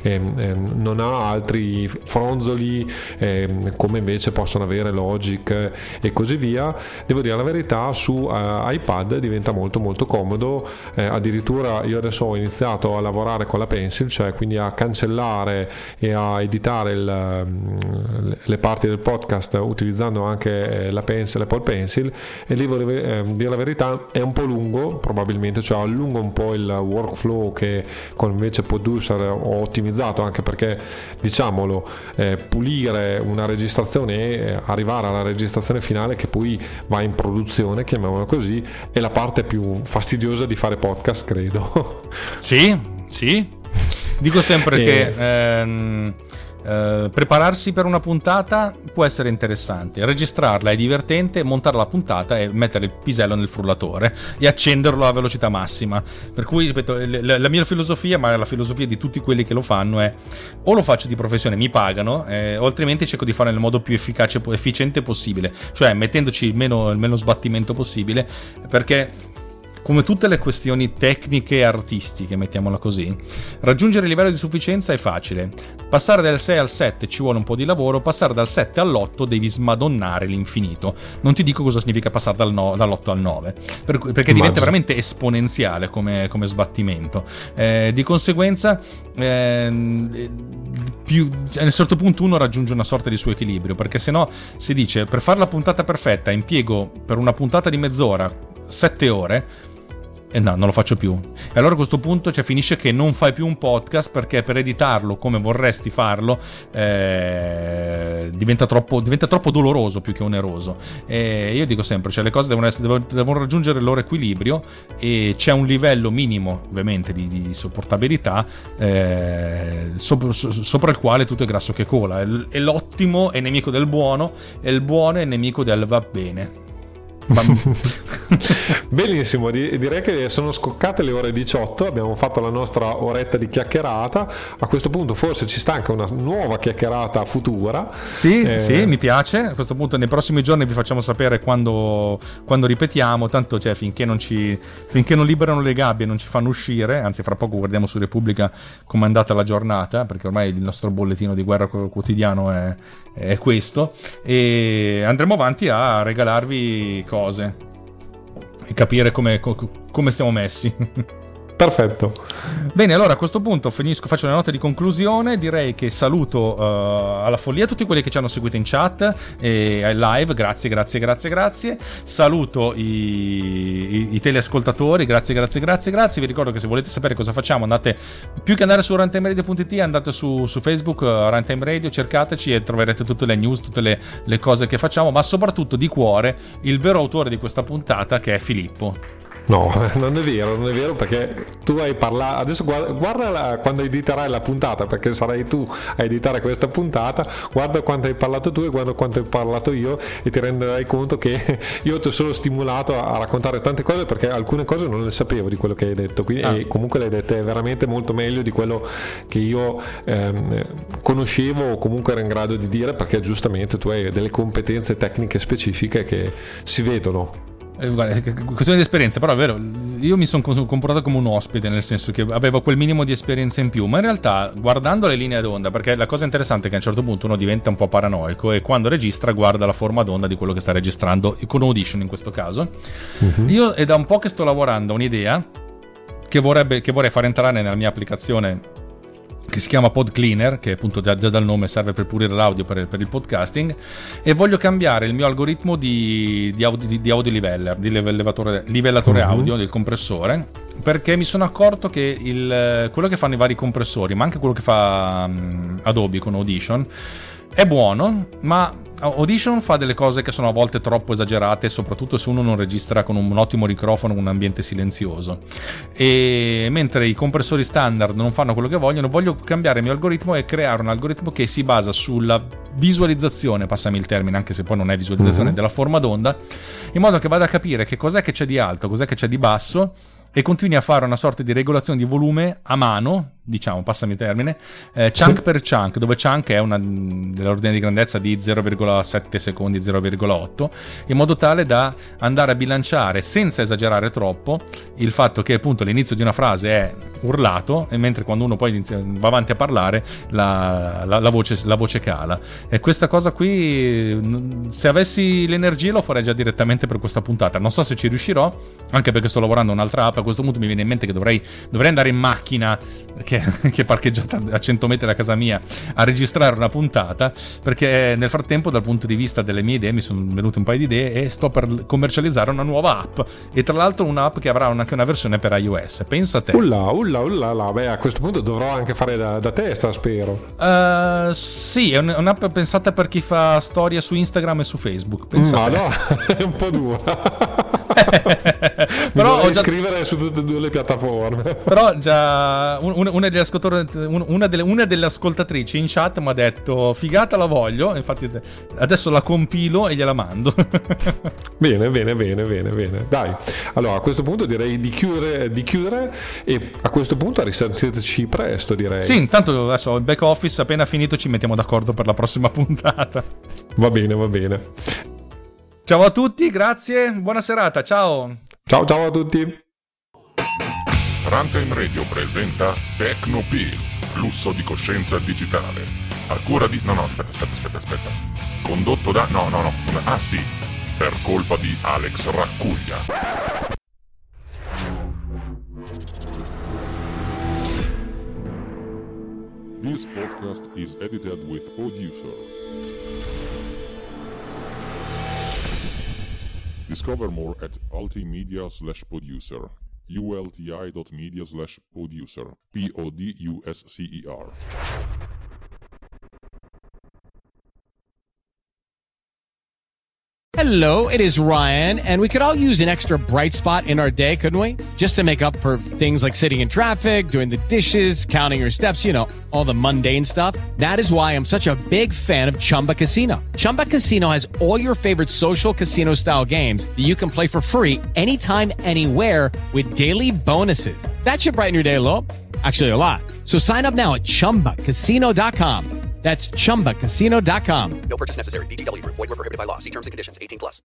non ha altri fronzoli come invece possono avere Logic e così via. Devo dire la verità, su iPad diventa molto molto comodo, addirittura io adesso ho iniziato a lavorare con la Pencil, cioè quindi a cancellare e a editare le parti del podcast utilizzando anche la Pencil, Apple Pencil, e devo dire la verità, è un po' lungo probabilmente, cioè allungo un po' il workflow che con invece Producer ho ottimizzato, anche perché diciamolo, pulire una registrazione e arrivare alla registrazione finale che poi va in produzione, chiamiamola così, è la parte più fastidiosa di fare podcast, credo. Sì, dico sempre che prepararsi per una puntata può essere interessante, registrarla è divertente, montare la puntata e mettere il pisello nel frullatore e accenderlo a velocità massima. Per cui, ripeto, la mia filosofia, ma la filosofia di tutti quelli che lo fanno, è: o lo faccio di professione, mi pagano, o altrimenti cerco di fare nel modo più efficace e efficiente possibile, cioè mettendoci il meno sbattimento possibile, perché come tutte le questioni tecniche e artistiche, mettiamola così, raggiungere il livello di sufficienza è facile. Passare dal 6 al 7 ci vuole un po' di lavoro, passare dal 7 all'8 devi smadonnare l'infinito. Non ti dico cosa significa passare dall'8 al 9, perché diventa veramente esponenziale come sbattimento. Di conseguenza, a un certo punto uno raggiunge una sorta di suo equilibrio, perché sennò si dice: per fare la puntata perfetta impiego per una puntata di mezz'ora 7 ore, e no, non lo faccio più. E allora a questo punto finisce che non fai più un podcast, perché per editarlo come vorresti farlo diventa troppo doloroso più che oneroso. E io dico sempre, le cose devono raggiungere il loro equilibrio, e c'è un livello minimo ovviamente di sopportabilità sopra il quale tutto è grasso che cola, e l'ottimo è nemico del buono e il buono è nemico del va bene. Benissimo, direi che sono scoccate le ore 18, abbiamo fatto la nostra oretta di chiacchierata. A questo punto forse ci sta anche una nuova chiacchierata futura. Sì, mi piace. A questo punto nei prossimi giorni vi facciamo sapere quando ripetiamo, tanto finché non liberano le gabbie e non ci fanno uscire, anzi fra poco guardiamo su Repubblica com'è andata la giornata, perché ormai il nostro bollettino di guerra quotidiano è questo, e andremo avanti a regalarvi cose e capire come stiamo messi. Perfetto. Bene, allora a questo punto faccio le note di conclusione. Direi che saluto alla follia tutti quelli che ci hanno seguito in chat e ai live, grazie. Saluto i teleascoltatori, grazie. Vi ricordo che se volete sapere cosa facciamo, andate, più che andare su runtimeradio.it, andate su Facebook, Runtime Radio, cercateci e troverete tutte le news, tutte le cose che facciamo, ma soprattutto di cuore il vero autore di questa puntata, che è Filippo. No, non è vero, perché tu hai parlato. Adesso guarda quando editerai la puntata, perché sarai tu a editare questa puntata. Guarda quanto hai parlato tu e guarda quanto ho parlato io, e ti renderai conto che io ti ho solo stimolato a raccontare tante cose, perché alcune cose non le sapevo di quello che hai detto. Quindi, e comunque le hai dette veramente molto meglio di quello che io conoscevo o comunque ero in grado di dire, perché giustamente tu hai delle competenze tecniche specifiche che si vedono. Guarda, questione di esperienza, però è vero, io mi sono comportato come un ospite, nel senso che avevo quel minimo di esperienza in più, ma in realtà guardando le linee d'onda, perché la cosa interessante è che a un certo punto uno diventa un po' paranoico e quando registra guarda la forma d'onda di quello che sta registrando, con Audition in questo caso. Io è da un po' che sto lavorando a un'idea che vorrei far entrare nella mia applicazione, che si chiama Pod Cleaner, che appunto già dal nome serve per pulire l'audio per il podcasting, e voglio cambiare il mio algoritmo di audio liveller, di livellatore audio del compressore, perché mi sono accorto che quello che fanno i vari compressori, ma anche quello che fa Adobe con Audition, è buono, ma Audition fa delle cose che sono a volte troppo esagerate, soprattutto se uno non registra con un ottimo microfono in un ambiente silenzioso, e mentre i compressori standard non fanno quello che voglio cambiare il mio algoritmo e creare un algoritmo che si basa sulla visualizzazione, passami il termine anche se poi non è visualizzazione, della forma d'onda, in modo che vada a capire che cos'è che c'è di alto, cos'è che c'è di basso, e continui a fare una sorta di regolazione di volume a mano, diciamo, passami il termine, chunk per chunk, dove chunk è dell'ordine di grandezza di 0,7 secondi, 0,8, in modo tale da andare a bilanciare, senza esagerare troppo, il fatto che appunto l'inizio di una frase è urlato, e mentre quando uno poi va avanti a parlare la voce cala. E questa cosa qui, se avessi l'energia, lo farei già direttamente per questa puntata. Non so se ci riuscirò, anche perché sto lavorando a un'altra app. A questo punto mi viene in mente che dovrei andare in macchina che è parcheggiata a 100 metri da casa mia a registrare una puntata, perché nel frattempo, dal punto di vista delle mie idee, mi sono venute un paio di idee e sto per commercializzare una nuova app, e tra l'altro un'app che avrà anche una versione per iOS. Pensa a te. Beh, a questo punto dovrò anche fare da testa, spero. Sì, è un'app pensata per chi fa storia su Instagram e su Facebook. Pensa a te. No, è un po' dura. Però ho già scrivere su tutte e due le piattaforme. Però già una delle ascoltatrici in chat mi ha detto figata la voglio, infatti adesso la compilo e gliela mando. Bene. Dai, allora a questo punto direi di chiudere e a questo punto a risentirci presto, direi. Sì, intanto adesso il back office appena finito ci mettiamo d'accordo per la prossima puntata. Va bene. Ciao a tutti, grazie, buona serata, ciao a tutti. Runtime Radio presenta Tecnopills, flusso di coscienza digitale. A cura di... No, aspetta. Condotto da... No. Ah sì, per colpa di Alex Raccuglia. This podcast is edited with Producer. Discover more at ultimedia/producer. ulti.media/producer. PODUSCER. Hello, it is Ryan, and we could all use an extra bright spot in our day, couldn't we? Just to make up for things like sitting in traffic, doing the dishes, counting your steps, all the mundane stuff. That is why I'm such a big fan of Chumba Casino. Chumba Casino has all your favorite social casino-style games that you can play for free anytime, anywhere with daily bonuses. That should brighten your day a little. Actually, a lot. So sign up now at ChumbaCasino.com. That's ChumbaCasino.com. No purchase necessary. VGW Group. Void where prohibited by law. See terms and conditions. 18+.